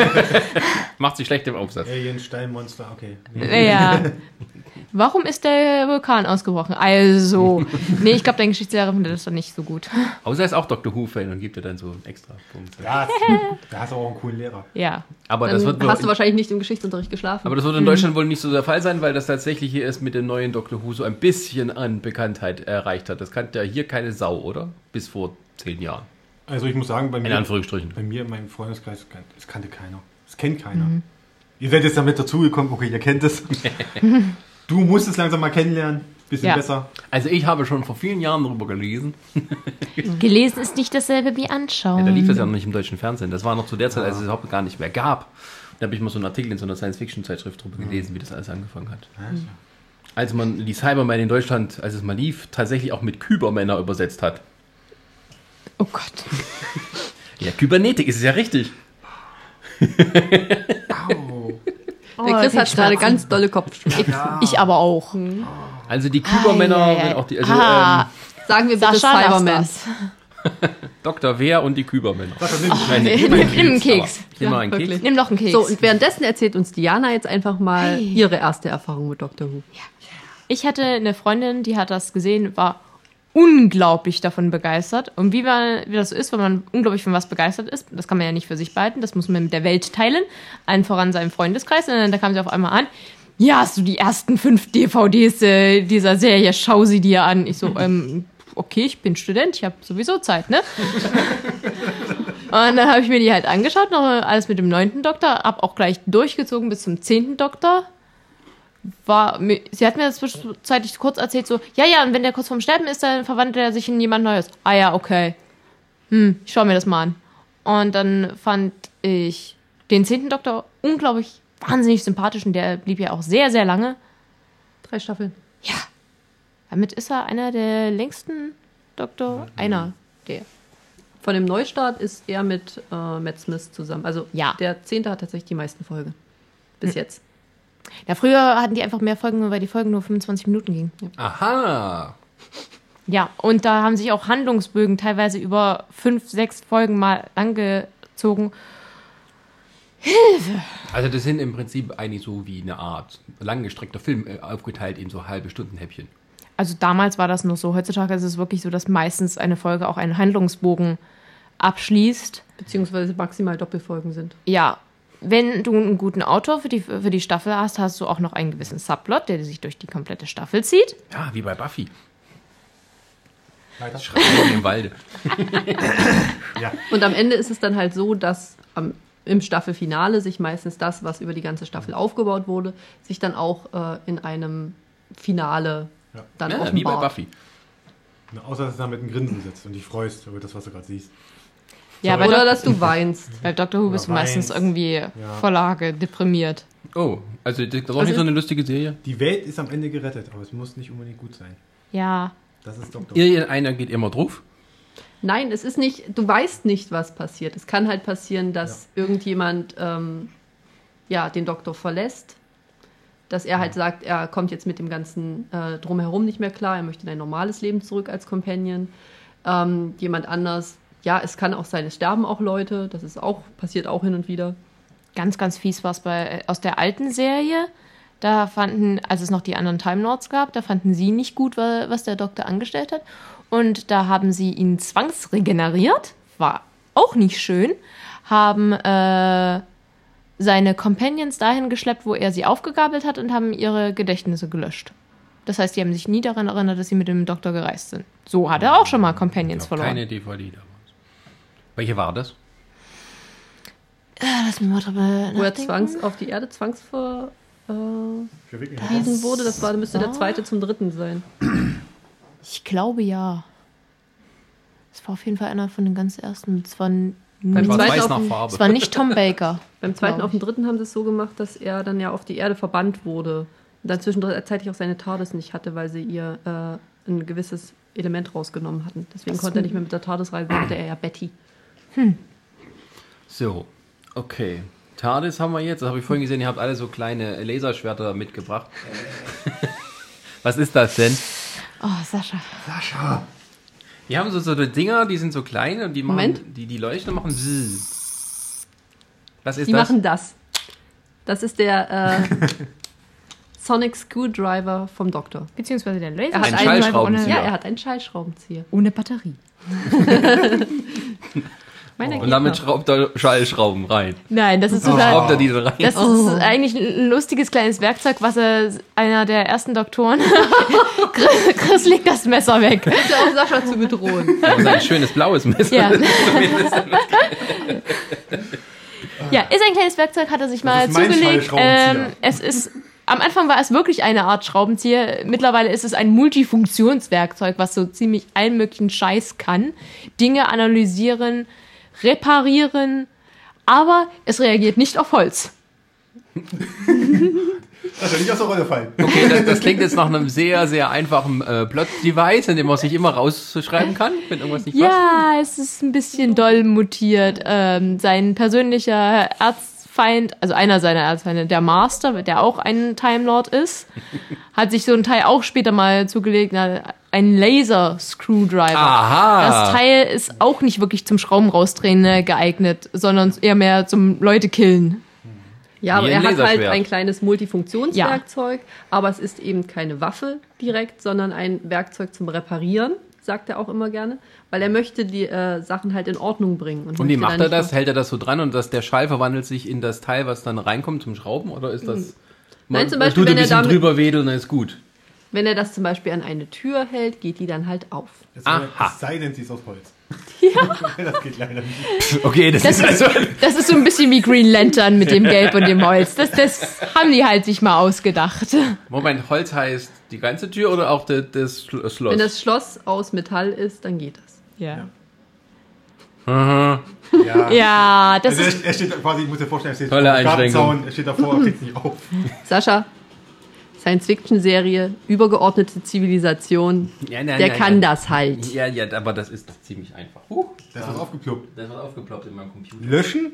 Macht sich schlecht im Aufsatz. Alien, Steinmonster, okay. Ja. Warum ist der Vulkan ausgebrochen? Also, ich glaube, dein Geschichtslehrer findet das dann nicht so gut. Außer er ist auch Dr. Who-Fan und gibt dir dann so einen extra Punkt. Ja, da hast du auch einen coolen Lehrer. Ja. Aber Dann das wird hast du wahrscheinlich nicht im Geschichtsunterricht geschlafen. Aber das wird in Deutschland wohl nicht so der Fall sein, weil das tatsächlich hier erst mit dem neuen Dr. Who so ein bisschen an Bekanntheit erreicht hat. Das kannte ja hier keine Sau, oder? Bis vor 10 Jahren. Also ich muss sagen, In Anführungsstrichen. Bei mir in meinem Freundeskreis, das kannte keiner. Das kennt keiner. Ihr seid jetzt damit dazugekommen, okay, ihr kennt es. Du musst es langsam mal kennenlernen. Bisschen besser. Also ich habe schon vor vielen Jahren darüber gelesen. Gelesen ist nicht dasselbe wie anschauen. Ja, da lief es ja noch nicht im deutschen Fernsehen. Das war noch zu der Zeit, als es überhaupt gar nicht mehr gab. Da habe ich mal so einen Artikel in so einer Science-Fiction-Zeitschrift drüber gelesen, wie das alles angefangen hat. Als man die Cybermen in Deutschland, als es mal lief, tatsächlich auch mit Kybermänner übersetzt hat. Oh Gott. Ja, Kybernetik ist es ja richtig. Au. Der Chris hat gerade ganz dolle Kopfschmerzen. Ich aber auch. Also die Kybermänner, wenn auch die, also Sagen wir bitte Sascha, lass Cyberman. das. Dr. Wehr und die Kybermänner. Nimm einen Keks. Nimm mal einen wirklich. Keks. Nimm noch einen Keks. So, und währenddessen erzählt uns Diana jetzt einfach mal ihre erste Erfahrung mit Doctor Who. Ich hatte eine Freundin, die hat das gesehen, war unglaublich davon begeistert. Und wie das so ist, wenn man unglaublich von was begeistert ist, das kann man ja nicht für sich behalten, das muss man mit der Welt teilen, allen voran seinem Freundeskreis. Und da kam sie auf einmal an, ja, hast du die ersten 5 DVDs dieser Serie, schau sie dir an. Ich so, okay, ich bin Student, ich habe sowieso Zeit, ne? Und dann habe ich mir die halt angeschaut, noch alles mit dem 9. Doktor, hab auch gleich durchgezogen bis zum 10. Doktor. Sie hat mir das zwischenzeitlich kurz erzählt, so, ja, und wenn der kurz vorm Sterben ist, dann verwandelt er sich in jemand Neues. Ah ja, okay. Ich schau mir das mal an. Und dann fand ich den 10. Doktor unglaublich wahnsinnig sympathisch und der blieb ja auch sehr, sehr lange. 3 Staffeln. Ja. Damit ist er einer der längsten Doktor. Einer der. Von dem Neustart ist er mit Matt Smith zusammen. Also der 10. hat tatsächlich die meisten Folgen. Bis jetzt. Ja, früher hatten die einfach mehr Folgen, weil die Folgen nur 25 Minuten gingen. Aha. Ja, und da haben sich auch Handlungsbögen teilweise über 5, 6 Folgen mal angezogen. Also das sind im Prinzip eigentlich so wie eine Art langgestreckter Film aufgeteilt in so halbe Stundenhäppchen. Also damals war das noch so. Heutzutage ist es wirklich so, dass meistens eine Folge auch einen Handlungsbogen abschließt. Beziehungsweise maximal Doppelfolgen sind. Ja, wenn du einen guten Autor für die Staffel hast, hast du auch noch einen gewissen Subplot, der sich durch die komplette Staffel zieht. Ja, wie bei Buffy. Weiter. Schreien im Walde. Ja. Und am Ende ist es dann halt so, dass im Staffelfinale sich meistens das, was über die ganze Staffel aufgebaut wurde, sich dann auch in einem Finale dann Ja, offenbart. wie bei Buffy. Na, außer, dass du da mit einem Grinsen sitzt und dich freust über das, was du gerade siehst. Ja, bei, Oder dass du weinst. bei Doctor Who bist du Oder meistens weinst. irgendwie Vorlage, deprimiert. Oh, also das ist auch Also nicht so eine lustige Serie? Die Welt ist am Ende gerettet, aber es muss nicht unbedingt gut sein. Ja, Das ist Doktor. Irgendeiner geht immer drauf. Nein, es ist nicht, du weißt nicht, was passiert. Es kann halt passieren, dass irgendjemand den Doktor verlässt, dass er halt sagt, er kommt jetzt mit dem ganzen Drumherum nicht mehr klar, er möchte in ein normales Leben zurück als Companion. Jemand anders, ja, es kann auch sein, es sterben auch Leute, das ist auch, passiert auch hin und wieder. ganz, ganz fies war es aus der alten Serie. Da fanden, als es noch die anderen Time Lords gab, da fanden sie nicht gut, was der Doktor angestellt hat. Und da haben sie ihn zwangsregeneriert, war auch nicht schön, haben seine Companions dahin geschleppt, wo er sie aufgegabelt hat und haben ihre Gedächtnisse gelöscht. Das heißt, die haben sich nie daran erinnert, dass sie mit dem Doktor gereist sind. So hat er auch schon mal Companions verloren. Keine DVD damals. Welche war das? Lass mich mal drüber Wo er nachdenken. auf die Erde Verwickelt. zwangsverwiesen wurde, das müsste der 2. zum 3. sein. Ich glaube ja. Es war auf jeden Fall einer von den ganz ersten. Es war, Beim War zweiten weiß auf nach dem- Farbe. es war nicht Tom Baker. Beim 2. Glaub auf dem 3. haben sie es so gemacht, dass er dann ja auf die Erde verbannt wurde. Und dann zwischenzeitlich auch seine TARDIS nicht hatte, weil sie ihr ein gewisses Element rausgenommen hatten. Deswegen konnte er nicht mehr mit der TARDIS reisen, dann hatte er ja Betty. So, okay. TARDIS haben wir jetzt. Das habe ich vorhin gesehen, ihr habt alle so kleine Laserschwerter mitgebracht. Was ist das denn? Oh, Sascha. Sascha! Die haben so Dinger, die sind so klein und die machen, Moment. die leuchten und machen Bzzz. Was ist Die das? machen das. Das ist der Sonic Screwdriver vom Doktor. Beziehungsweise der Laser. Er hat Ein einen Schallschraubenzieher. Ja, er hat einen Schallschraubenzieher. Ohne Batterie. Meiner Und geht damit noch. schraubt er Schallschrauben rein. Nein, das ist So total. schraubt er die da rein. Das ist eigentlich ein lustiges kleines Werkzeug, was einer der ersten Doktoren. Chris legt das Messer weg. Ist ja auch Sascha zu bedrohen. Das ist ein schönes blaues Messer. Ja. Ja, ist ein kleines Werkzeug, hat er sich mal ist mein zugelegt. Schallschraubenzieher. Es ist. Am Anfang war es wirklich eine Art Schraubenzieher. Mittlerweile ist es ein Multifunktionswerkzeug, was so ziemlich allen möglichen Scheiß kann. Dinge analysieren, reparieren, aber es reagiert nicht auf Holz. Das soll nicht aus der Rolle fallen. Okay, das klingt jetzt nach einem sehr, sehr einfachen Plot-Device, in dem man sich immer rausschreiben kann, wenn irgendwas nicht passt. Ja, es ist ein bisschen doll mutiert. Sein persönlicher Erzfeind, also einer seiner Erzfeinde, der Master, der auch ein Time Lord ist, hat sich so ein Teil auch später mal zugelegt, ein Laser-Screwdriver. Aha. Das Teil ist auch nicht wirklich zum Schrauben rausdrehen geeignet, sondern eher mehr zum Leute killen. Ja, aber Wie er ein hat halt Laserschwert. ein kleines Multifunktionswerkzeug, aber es ist eben keine Waffe direkt, sondern ein Werkzeug zum Reparieren, sagt er auch immer gerne, weil er möchte die Sachen halt in Ordnung bringen. Und wie möchte macht dann er nicht das? noch- Hält er das so dran und der Schall verwandelt sich in das Teil, was dann reinkommt zum Schrauben? Oder ist das... Nein, zum Beispiel, tut ein wenn er bisschen damit- drüber wedeln, dann ist gut. Wenn er das zum Beispiel an eine Tür hält, geht die dann halt auf. Aha. Es sei denn, sie ist aus Holz. Ja. Das geht leider nicht. Okay, das ist also... Das ist so ein bisschen wie Green Lantern mit dem Gelb und dem Holz. Das haben die halt sich mal ausgedacht. Moment, Holz heißt die ganze Tür oder auch das Schloss? Wenn das Schloss aus Metall ist, dann geht das. Ja. Ja. Ja, das Also ist. er steht quasi, ich muss dir vorstellen, er steht Tolle auf dem Einschränkung. Gartenzaun, er steht davor, er kriegt nicht auf. Sascha, Science-Fiction-Serie, übergeordnete Zivilisation, der kann das halt. Ja, aber das ist doch ziemlich einfach. Da ist was aufgeploppt. Das wird aufgeploppt in meinem Computer. Löschen?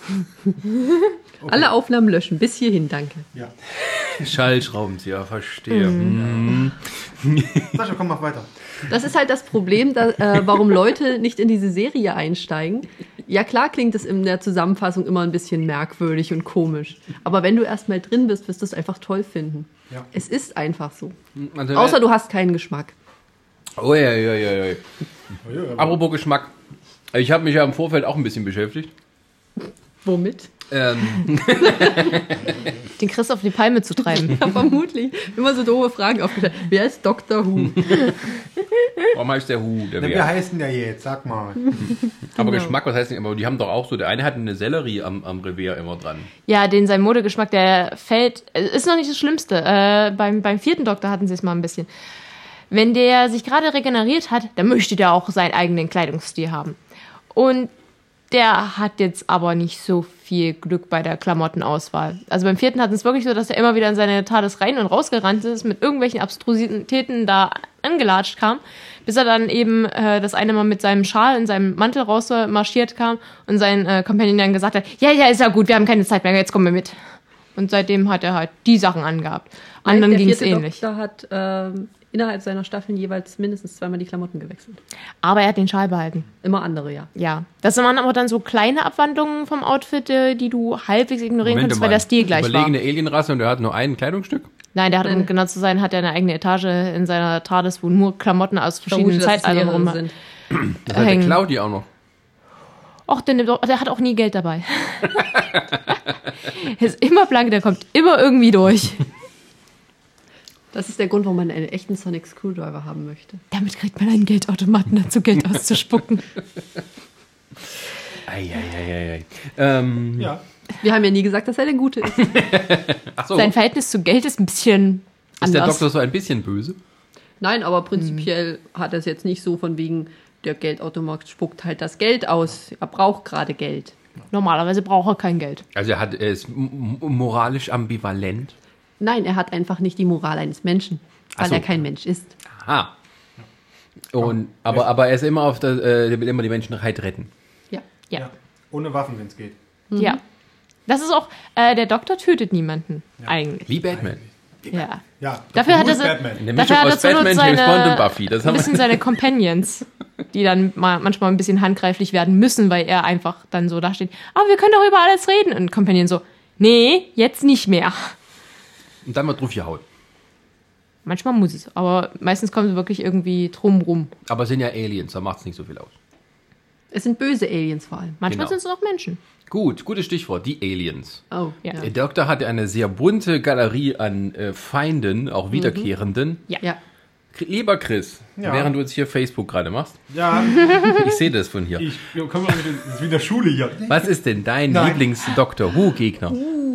Alle Aufnahmen löschen, bis hierhin, danke. Ja. Schallschraubenzieher, verstehe. Mhm. Sascha, komm, mach weiter. Das ist halt das Problem, warum Leute nicht in diese Serie einsteigen. Ja, klar klingt es in der Zusammenfassung immer ein bisschen merkwürdig und komisch. Aber wenn du erstmal drin bist, wirst du es einfach toll finden. Ja. Es ist einfach so. Also, Außer du hast keinen Geschmack. Oh ja. Apropos Geschmack. Ich habe mich ja im Vorfeld auch ein bisschen beschäftigt. Womit? Den Chris auf die Palme zu treiben. Ja, vermutlich. Immer so doofe Fragen aufgestellt. Wer ist Dr. Who? Warum heißt der Hu? Der Na, wie Bär? heißt denn der jetzt? Sag mal. Aber Geschmack, was heißt nicht? Aber die haben doch auch so, der eine hat eine Sellerie am Revier immer dran. Ja, sein Modegeschmack, der fällt, ist noch nicht das Schlimmste. Beim 4. Doktor hatten sie es mal ein bisschen. Wenn der sich gerade regeneriert hat, dann möchte der auch seinen eigenen Kleidungsstil haben. Und der hat jetzt aber nicht so viel Glück bei der Klamottenauswahl. Also beim 4. hatten es wirklich so, dass er immer wieder in seine TARDIS rein und rausgerannt ist, mit irgendwelchen Abstrusitäten da angelatscht kam, bis er dann eben das eine Mal mit seinem Schal in seinem Mantel rausmarschiert kam und sein Companion dann gesagt hat, ja, ist ja gut, wir haben keine Zeit mehr, jetzt kommen wir mit. Und seitdem hat er halt die Sachen angehabt. Anderen ging es ähnlich. Der Doktor hat innerhalb seiner Staffeln jeweils mindestens 2-mal die Klamotten gewechselt. Aber er hat den Schal behalten. Immer andere, ja. Ja. Das waren aber dann so kleine Abwandlungen vom Outfit, die du halbwegs ignorieren konntest, weil der Stil gleich war. Überlegene Alienrasse und er hat nur ein Kleidungsstück? Nein, der hat, um genau zu sein, hat er eine eigene Etage in seiner TARDIS, wo nur Klamotten aus verschiedenen Zeitaltern rum sind. Das hat der Claudi auch noch. Och, der hat auch nie Geld dabei. Er ist immer blank, der kommt immer irgendwie durch. Das ist der Grund, warum man einen echten Sonic Screwdriver haben möchte. Damit kriegt man einen Geldautomaten dazu, Geld auszuspucken. Eieieiei. Ja. Wir haben ja nie gesagt, dass er der Gute ist. Ach so. Sein Verhältnis zu Geld ist ein bisschen Ist der anders. Doktor so ein bisschen böse? Nein, aber prinzipiell hat er es jetzt nicht so von wegen, der Geldautomat spuckt halt das Geld aus. Er braucht gerade Geld. Normalerweise braucht er kein Geld. Also er ist moralisch ambivalent. Nein, er hat einfach nicht die Moral eines Menschen, weil Ach so. er kein Mensch ist. Aha. Und, aber er ist immer der will immer die Menschheit retten. Ja. Ja. Ja. Ohne Waffen, wenn es geht. Ja. Das ist auch, der Doktor tötet niemanden, eigentlich. Wie Batman. Ja. Ja. Dafür hat Who er is so- Batman. In der Dafür Mischung hat er aus zur Not Batman, James Bond und seine, Buffy. Das ein haben bisschen wir. seine Companions, die dann manchmal ein bisschen handgreiflich werden müssen, weil er einfach dann so dasteht, wir können doch über alles reden. Und Companion so, nee, jetzt nicht mehr. Und dann mal drauf gehauen. Manchmal muss es, aber meistens kommt es wirklich irgendwie drumrum. Aber es sind ja Aliens, da macht es nicht so viel aus. Es sind böse Aliens vor allem. Manchmal Genau. sind es auch Menschen. Gut, gutes Stichwort, die Aliens. Oh, Ja. ja. Der Doktor hatte eine sehr bunte Galerie an Feinden, auch wiederkehrenden. Ja. Lieber Chris, Ja. während du jetzt hier Facebook gerade machst, Ja, ich sehe das von hier. komm mal mit in der Schule hier. Was ist denn dein Nein. Lieblings-Doctor Who-Gegner?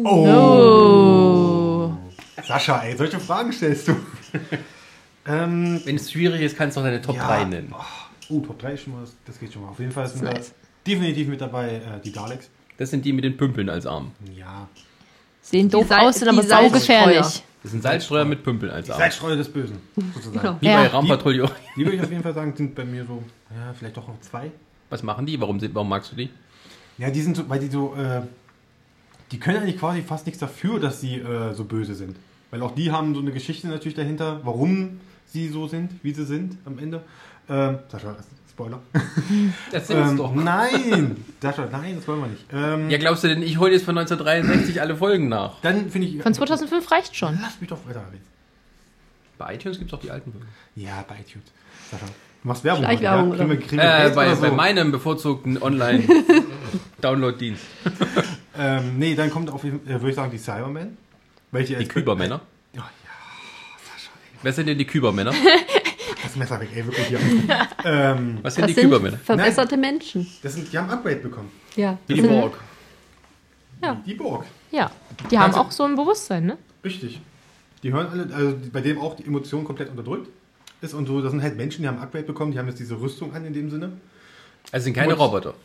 Sascha, ey, solche Fragen stellst du. Wenn es schwierig ist, kannst du auch deine Top 3 nennen. Top 3 ist schon mal, das geht schon mal. Auf jeden Fall sind da nice. definitiv mit dabei die Daleks. Das sind die mit den Pümpeln als Arm. Ja. Sehen doof Sal- aus, sind aber die saugefährlich. Salzstreuer. Das sind Salzstreuer mit Pümpeln als Arm. Salzstreuer des Bösen, sozusagen. Genau. Wie bei Ja. Raumpatrouille. Die würde ich auf jeden Fall sagen, sind bei mir so, ja, vielleicht doch auf 2. Was machen die? Warum magst du die? Ja, die sind so, weil die so, die können eigentlich quasi fast nichts dafür, dass sie so böse sind. Weil auch die haben so eine Geschichte natürlich dahinter, warum sie so sind, wie sie sind am Ende. Sascha, Spoiler. Das sind es doch. Nein! Sascha, nein, das wollen wir nicht. Ja, glaubst du denn, ich hole jetzt von 1963 alle Folgen nach? Dann finde ich... Von 2005 reicht schon. Lass mich doch weiterreden. Bei iTunes gibt es auch die alten Folgen. Ja, bei iTunes. Sascha, du machst Werbung. Schleichwerbung, heute, ja? oder? Kriegen wir Geld Bei oder so? meinem bevorzugten Online-Download-Dienst. Nee, dann kommt auf jeden Fall, würde ich sagen, die Cybermen. Welche Die Kübermänner. Ja, Sascha, ey. Wer sind denn die Kübermänner? Das Messer weg, ey, wirklich hier. Was sind Das die sind Kübermänner? verbesserte Menschen. Die haben ein Upgrade bekommen. Ja. Wie die Das sind- Borg. Die Borg. Ja. Die haben Also- auch so ein Bewusstsein, ne? Richtig. Die hören alle, also bei dem auch die Emotion komplett unterdrückt ist und so. Das sind halt Menschen, die haben ein Upgrade bekommen, die haben jetzt diese Rüstung an in dem Sinne. Also sind keine Und- Roboter.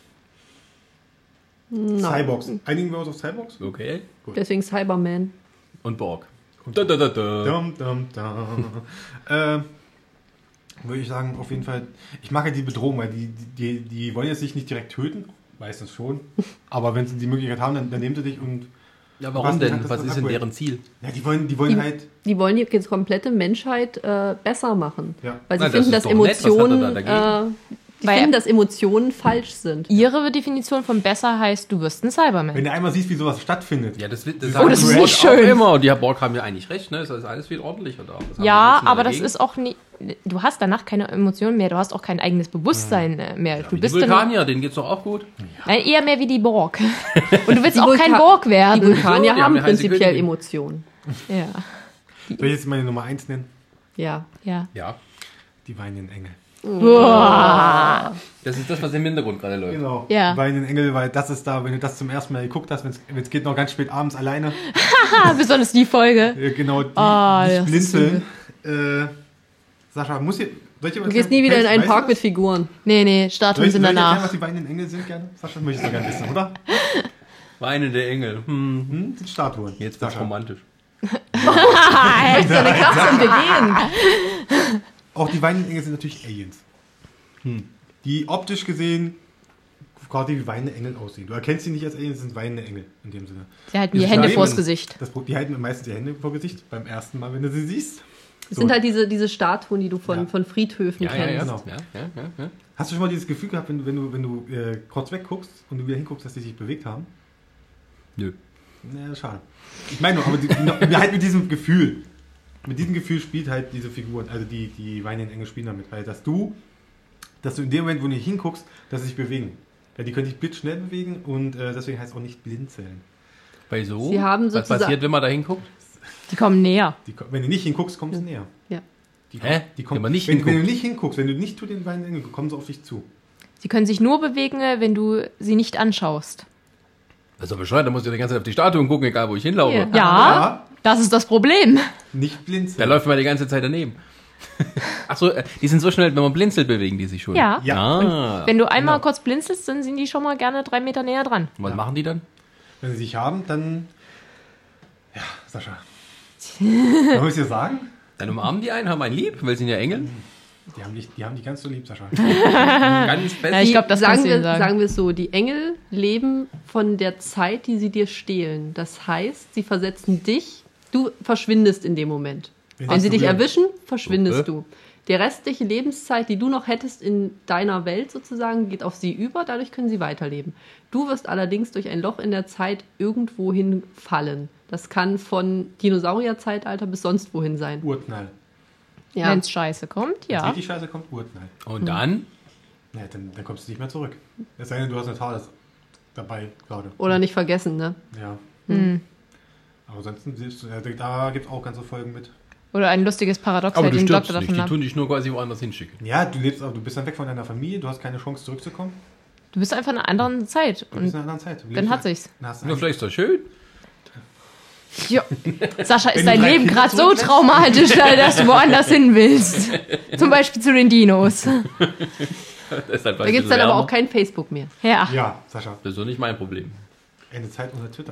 Cyborgs. Einigen wir uns auf Cyborgs? Okay. Deswegen Cyberman. Und Borg. Da. Dum, dum, dum. Würde ich sagen, auf jeden Fall. Ich mag ja die Bedrohung, weil die wollen jetzt dich nicht direkt töten. Meistens schon. Aber wenn sie die Möglichkeit haben, dann nehmen sie dich und Ja, Was warum denn? denn? Hat das Was was ist denn Upgrade? deren Ziel? Ja, die wollen halt. Die wollen die komplette Menschheit besser machen. Ja. Weil sie Na, das finden, ist dass doch nett. Was hat er da Emotionen, dagegen? die Weil- finden, dass Emotionen falsch sind. Ihre Definition von besser heißt, du wirst ein Cyberman. Wenn du einmal siehst, wie sowas stattfindet. Ja, das Oh, das ist nicht Borg auch schön. immer. Und die Borg haben ja eigentlich recht, ne? Das ist alles viel ordentlicher da. Was haben die Ja, Menschen aber das dagegen? ist auch nie. Du hast danach keine Emotionen mehr, du hast auch kein eigenes Bewusstsein mehr. Du Die bist dann Vulkanier, denen geht's doch auch gut. nein, eher mehr wie die Borg. Und du willst Die auch kein Vulka- Borg Die werden. Vulkanier die haben haben eine heiße prinzipiell Königin. Emotionen. Ja. Soll ich jetzt meine Nummer 1 nennen? Ja. Ja. Ja. Die weinenden Engel. Das ist das, was im Hintergrund gerade läuft. Genau. Ja. Die weinenden Engel, weil das ist da, wenn du das zum ersten Mal geguckt hast, wenn es geht noch ganz spät abends alleine. Besonders die Folge. Genau, die das ist blinzeln. Sascha, soll ich dir Du gehst nie wieder in einen Park mit Figuren. Nee, Statuen sind Soll ich erklären, danach. was die weinenden Engel sind gerne? Sascha, möchtest du gerne wissen, oder? Weinende Engel. Das sind Statuen. Jetzt wird's Sascha. romantisch. Deine Klasse und wir gehen. Auch die weinenden Engel sind natürlich Aliens. Die optisch gesehen quasi wie weinende Engel aussehen. Du erkennst sie nicht als Aliens, es sind weinende Engel in dem Sinne. Sie halten die Die Hände Schleimen- vors Gesicht. Die halten meistens die Hände vor Gesicht beim ersten Mal, wenn du sie siehst. Das So. sind halt diese Statuen, die du von Friedhöfen Ja, ja, kennst. ja. Genau. Ja. Hast du schon mal dieses Gefühl gehabt, wenn du kurz wegguckst und du wieder hinguckst, dass die sich bewegt haben? Nö. Na, schade. Ich meine nur, aber halt mit diesem Gefühl. Mit diesem Gefühl spielt halt diese Figuren, also die weinenden Engel spielen damit, weil dass du in dem Moment, wo du nicht hinguckst, dass sie sich bewegen. Ja, die können sich blitzschnell bewegen und deswegen heißt es auch nicht blinzeln. Bei so? Sie haben Was sozusagen- passiert, wenn man da hinguckt? Die kommen näher. Wenn du nicht hinguckst, kommst du näher. Ja. Hä? Wenn man nicht wenn du hinguckt? nicht hinguckst, wenn du nicht zu den weinenden Engeln, kommen sie auf dich zu. Sie können sich nur bewegen, wenn du sie nicht anschaust. Das ist doch bescheuert, da musst du die ganze Zeit auf die Statuen gucken, egal wo ich hinlaufe. Ja. Ja, das ist das Problem. Nicht Da blinzeln. läuft man die ganze Zeit daneben. Achso, die sind so schnell, wenn man blinzelt, bewegen die sich schon. Ja. Ja. Ah. Wenn du einmal Genau. kurz blinzelst, dann sind die schon mal gerne 3 Meter näher dran. Und was machen die dann? Wenn sie sich haben, dann... Ja, Sascha. Soll ich dir sagen? Dann umarmen die einen, haben einen lieb, weil sie sind ja Engel. Die haben die ganz so lieb, Sascha. Ganz fest. Ja, ich glaube, das kannst du ihnen sagen. Sagen wir es so, die Engel leben von der Zeit, die sie dir stehlen. Das heißt, sie versetzen dich, du verschwindest in dem Moment. Wenn sie dich erwischen, verschwindest Okay. du. Die restliche Lebenszeit, die du noch hättest in deiner Welt sozusagen, geht auf sie über, dadurch können sie weiterleben. Du wirst allerdings durch ein Loch in der Zeit irgendwo hinfallen. Das kann von Dinosaurierzeitalter bis sonst wohin sein. Urknall. Ja. Wenn es scheiße kommt, Wenn ja. richtig scheiße kommt, Urknall. Und dann? Ja, dann kommst du nicht mehr zurück. Es sei denn, du hast eine TARDIS dabei gerade. Oder nicht vergessen, ne? Ja. Hm. Aber ansonsten, da gibt es auch ganze Folgen mit. Oder ein lustiges Paradox, Aber weil du den stirbst Doktor nicht, davon die ab. tun dich nur quasi woanders hinschicken. Ja, du bist dann weg von deiner Familie, du hast keine Chance zurückzukommen. Du bist einfach in einer anderen Zeit. Du bist Und in einer anderen Zeit. Du dann lebst hat ja- sich's. dann hast du Nur einen- vielleicht ist das schön. ja. Sascha, Wenn ist du dein 3 Leben Kinder gerade so zurücklässt? traumatisch, dass du woanders hin willst? Zum Beispiel zu den Dinos. Deshalb Da gibt es dann aber auch kein Facebook mehr. Ja. Ja, Sascha. Das ist so nicht mein Problem. Ende Zeit unter Twitter.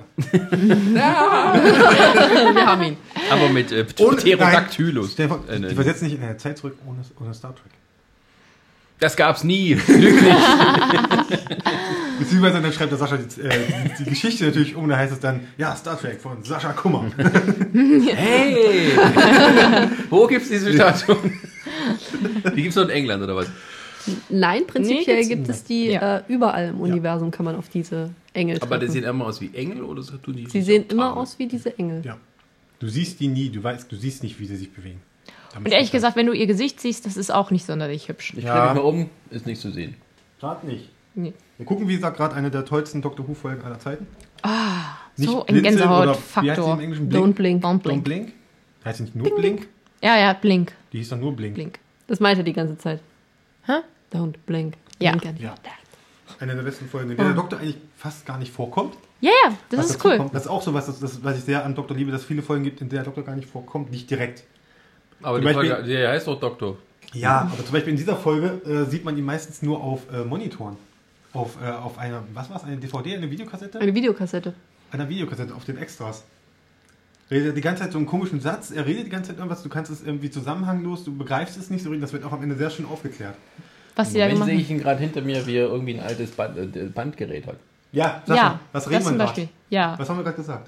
Wir haben ihn. Aber mit Pterodactylus. Stell dir vor, die versetzen nicht in eine Zeit zurück ohne Star Trek. Das gab's nie. Glücklich. Beziehungsweise dann schreibt der Sascha die Geschichte natürlich um, da heißt es dann, ja, Star Trek von Sascha Kummer. Hey! Wo gibt's diese Statuen? Die gibt's nur in England, oder was? Nein, prinzipiell gibt's gibt es die Ja. überall im Universum, kann man auf diese Engel Aber die treffen. sehen immer aus wie Engel, oder so tun die Sie sehen immer aus wie diese Engel. Ja. Du siehst die nie, du siehst nicht, wie sie sich bewegen. Und ehrlich gesagt, wenn du ihr Gesicht siehst, das ist auch nicht sonderlich hübsch. Ich Ja. drehe mich mal um, ist nicht zu sehen. Gerade nicht. Nee. Wir gucken, wie gesagt, gerade eine der tollsten Doctor Who-Folgen aller Zeiten. Nicht So ein blinzeln oder- Wie heißt die im Gänsehautfaktor. Englischen? Don't blink. Don't Don't blink. Blink? Heißt nicht nur Blink? Ja, Blink. Die hieß dann nur Blink. Blink. Das meinte er die ganze Zeit. Hä? Don't blink. Ja. Blink and Ja. you're dead. Eine der besten Folgen, in der der Doktor eigentlich fast gar nicht vorkommt. Ja, das Was ist dazu cool. kommt. Das ist auch so was ich sehr an Doktor liebe, dass es viele Folgen gibt, in der der Doktor gar nicht vorkommt, nicht direkt. Aber Zum die Beispiel- Folge, der heißt doch Doktor. Ja, aber zum Beispiel in dieser Folge sieht man ihn meistens nur auf Monitoren. Auf einer, was war es, eine DVD, eine Videokassette? Eine Videokassette. Einer Videokassette, auf den Extras. Redet die ganze Zeit so einen komischen Satz, er redet die ganze Zeit irgendwas, du kannst es irgendwie zusammenhanglos, du begreifst es nicht so richtig, das wird auch am Ende sehr schön aufgeklärt. Was die da Wenn gemacht sehe haben. ich ihn gerade hinter mir, wie er irgendwie ein altes Bandgerät hat. Ja, Sascha, Ja, was das reden wir zum gerade? Beispiel. Ja. Was haben wir gerade gesagt?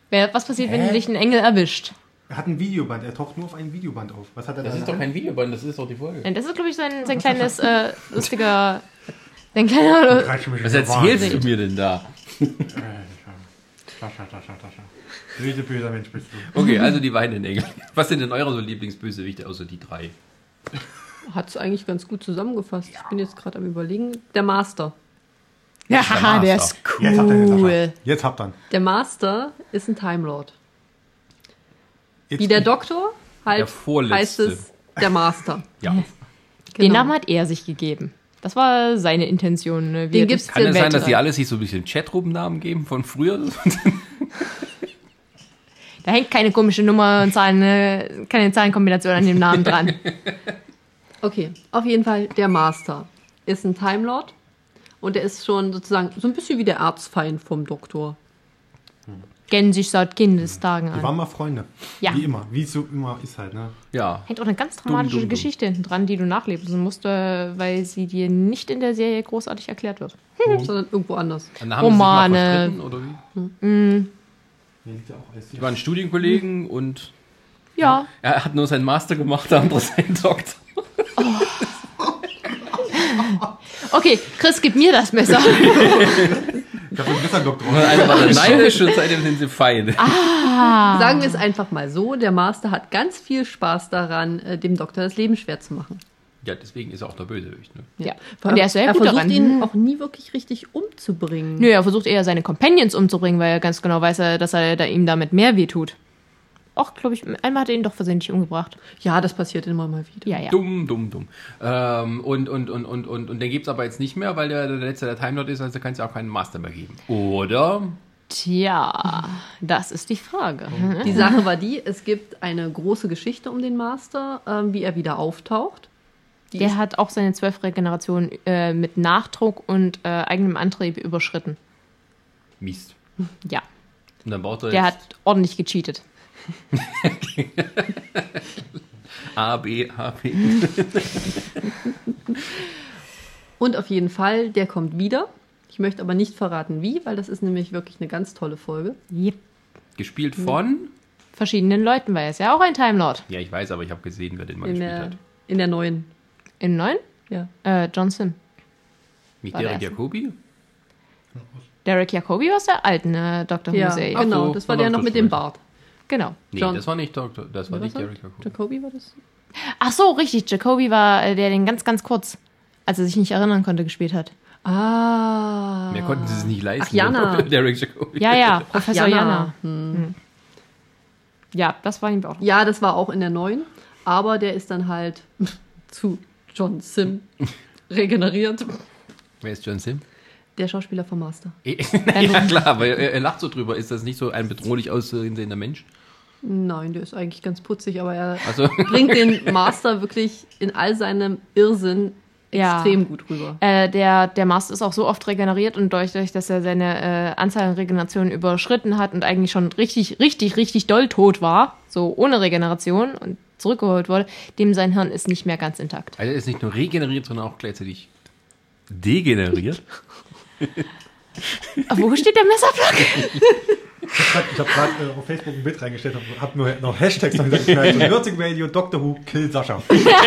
Was passiert, wenn dich ein Engel erwischt? Er hat ein Videoband, er taucht nur auf ein Videoband auf. Was hat er Das da? ist doch kein Videoband, das ist doch die Folge. Das ist, glaube ich, sein kleines, lustiger... Sein kleiner... Was erzählst du mir denn da? Tascha. Böser Mensch bist du. Okay, also die weinenden Engel. Was sind denn eure so Lieblingsbösewichte außer die 3? Hat es eigentlich ganz gut zusammengefasst. Ich bin jetzt gerade am Überlegen. Der Master. Ja, Master. der ist Jetzt habt ihr ihn, cool. Sascha. Jetzt habt ihr ihn. Der Master ist ein Time Lord. Jetzt Wie der Doktor Der halt Vorletzte. heißt es der Master. Ja. Genau. Den Namen hat er sich gegeben. Das war seine Intention. Ne? Den gibt's Kann es sein, dass die Weltreich. alle sich so ein bisschen Chatroom-Namen geben von früher? Da hängt keine komische Nummer und Zahlen, keine Zahlenkombination an dem Namen dran. Okay, auf jeden Fall der Master ist ein Time Lord und er ist schon sozusagen so ein bisschen wie der Erzfeind vom Doktor. Kennen sich seit Kindestagen Die an. waren mal Freunde. Ja. Wie immer. Wie es so immer ist halt, ne? Ja. Hängt auch eine ganz dramatische dumm. Geschichte hinten dran, die du nachlesen musst, weil sie dir nicht in der Serie großartig erklärt wird. Sondern irgendwo anders. Und dann haben sie sich mal Romane. verstritten, oder wie? Die waren Studienkollegen und Ja. er hat nur seinen Master gemacht, der andere seinen Doktor. Okay, Chris, gib mir das Messer. Ich habe einen Messerdoktor. Und einer war dann neidisch und seitdem sind sie Feinde. Sagen wir es einfach mal so, der Master hat ganz viel Spaß daran, dem Doktor das Leben schwer zu machen. Ja, deswegen ist er auch der Bösewicht. Ne? Ja. Und der ist sehr er gut versucht daran. ihn auch nie wirklich richtig umzubringen. Nö, er versucht eher seine Companions umzubringen, weil er ganz genau weiß, dass er da ihm damit mehr wehtut. Auch, glaube ich, einmal hat er ihn doch versehentlich umgebracht. Ja, das passiert immer mal wieder. Ja, ja. Dumm. Und den gibt es aber jetzt nicht mehr, weil der letzte der Time Lord ist, also kann es ja auch keinen Master mehr geben. Oder? Tja, das ist die Frage. Die Sache war die, es gibt eine große Geschichte um den Master, wie er wieder auftaucht. Der hat auch seine 12 Regenerationen mit Nachdruck und eigenem Antrieb überschritten. Mist. Ja, Und dann baut er der jetzt hat ordentlich gecheatet. A, B, H, P. Und auf jeden Fall, der kommt wieder. Ich möchte aber nicht verraten, wie, weil das ist nämlich wirklich eine ganz tolle Folge. Yep. Gespielt von? Verschiedenen Leuten, weil er ist ja auch ein Time Lord. Ja, ich weiß, aber ich habe gesehen, wer den mal In gespielt der, hat. in der neuen. Im neuen? Ja. John Sim. Nicht War Derek der Jacobi? Derek Jacobi aus der alten Dr. Ja, Who-Serie. genau, so, das war dann der noch hab ich mit das dem schon Bart. Genau. Nee, John. das war nicht Doktor, das war nicht Was war Derek Jacobi. Jacobi war das? Ach so, richtig. Jacobi war der den ganz, ganz kurz, als er sich nicht erinnern konnte, gespielt hat. Ah. Mehr konnten sie es nicht leisten. Ach, Jana. Dr. Derek Jacobi. Ja, ja, Professor Jana. Jana. Ja, das war ihm auch. Ja, das war auch in der neuen. Aber der ist dann halt zu John Sim regeneriert. Wer ist John Sim? Der Schauspieler vom Master. Ja, klar, weil er lacht so drüber. Ist das nicht so ein bedrohlich aussehender Mensch? Nein, der ist eigentlich ganz putzig, aber er Also, bringt den Master wirklich in all seinem Irrsinn Ja. extrem gut rüber. Der Master ist auch so oft regeneriert und dadurch, dass er seine Anzahl an Regenerationen überschritten hat und eigentlich schon richtig doll tot war, so ohne Regeneration und zurückgeholt wurde, dem sein Hirn ist nicht mehr ganz intakt. also er ist nicht nur regeneriert, sondern auch gleichzeitig degeneriert. Wo steht der Messerblock? Ich habe gerade auf Facebook ein Bild reingestellt und habe nur noch Hashtags noch gesagt. Also Nerdsing Radio, Doctor Who, Kill Sascha.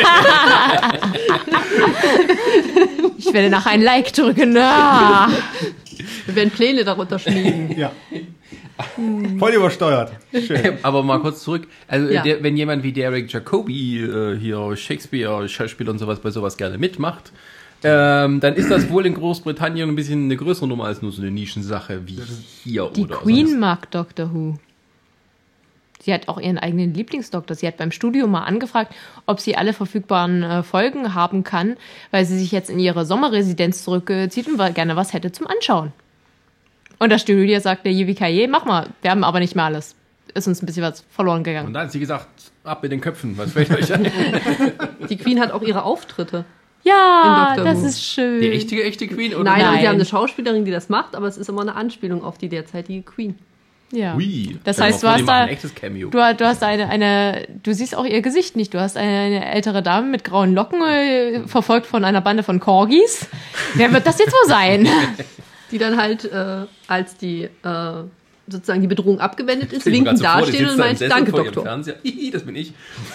Ich werde nach ein Like drücken. Ah. Wir werden Pläne darunter schmieden. Ja. Voll übersteuert. Schön. Aber mal kurz zurück. Also, Ja. wenn jemand wie Derek Jacobi, hier Shakespeare, Schauspieler und sowas bei sowas gerne mitmacht, dann ist das wohl in Großbritannien ein bisschen eine größere Nummer als nur so eine Nischensache wie hier Die oder Queen sonst. mag Doctor Who. Sie hat auch ihren eigenen Lieblingsdoktor. Sie hat beim Studio mal angefragt, ob sie alle verfügbaren Folgen haben kann, weil sie sich jetzt in ihre Sommerresidenz zurückzieht und gerne was hätte zum Anschauen. Und das Studio sagte, Yippie mach mal. Wir haben aber nicht mehr alles. Ist uns ein bisschen was verloren Und gegangen. da hat sie gesagt, ab mit den Köpfen, was fällt euch an? Die Queen hat auch ihre Auftritte. Ja, In Doctor das Who. ist schön. Die echte Queen? Oder Nein, aber Nein. sie haben eine Schauspielerin, die das macht, aber es ist immer eine Anspielung auf die derzeitige Queen. Ja. Ui. Das Stell dir heißt, mal vor, du die hast machen da- ein echtes Cameo. Du hast du siehst auch ihr Gesicht nicht. Du hast eine ältere Dame mit grauen Locken, verfolgt von einer Bande von Corgis. Wer wird das jetzt wohl sein? Die dann halt, als die sozusagen die Bedrohung abgewendet ist, Stell dir mal winkend grad so vor, die dastehen sitzt und da im meint, Sessel danke, vor ihrem Doktor. Fernseher. Hihi, das bin ich.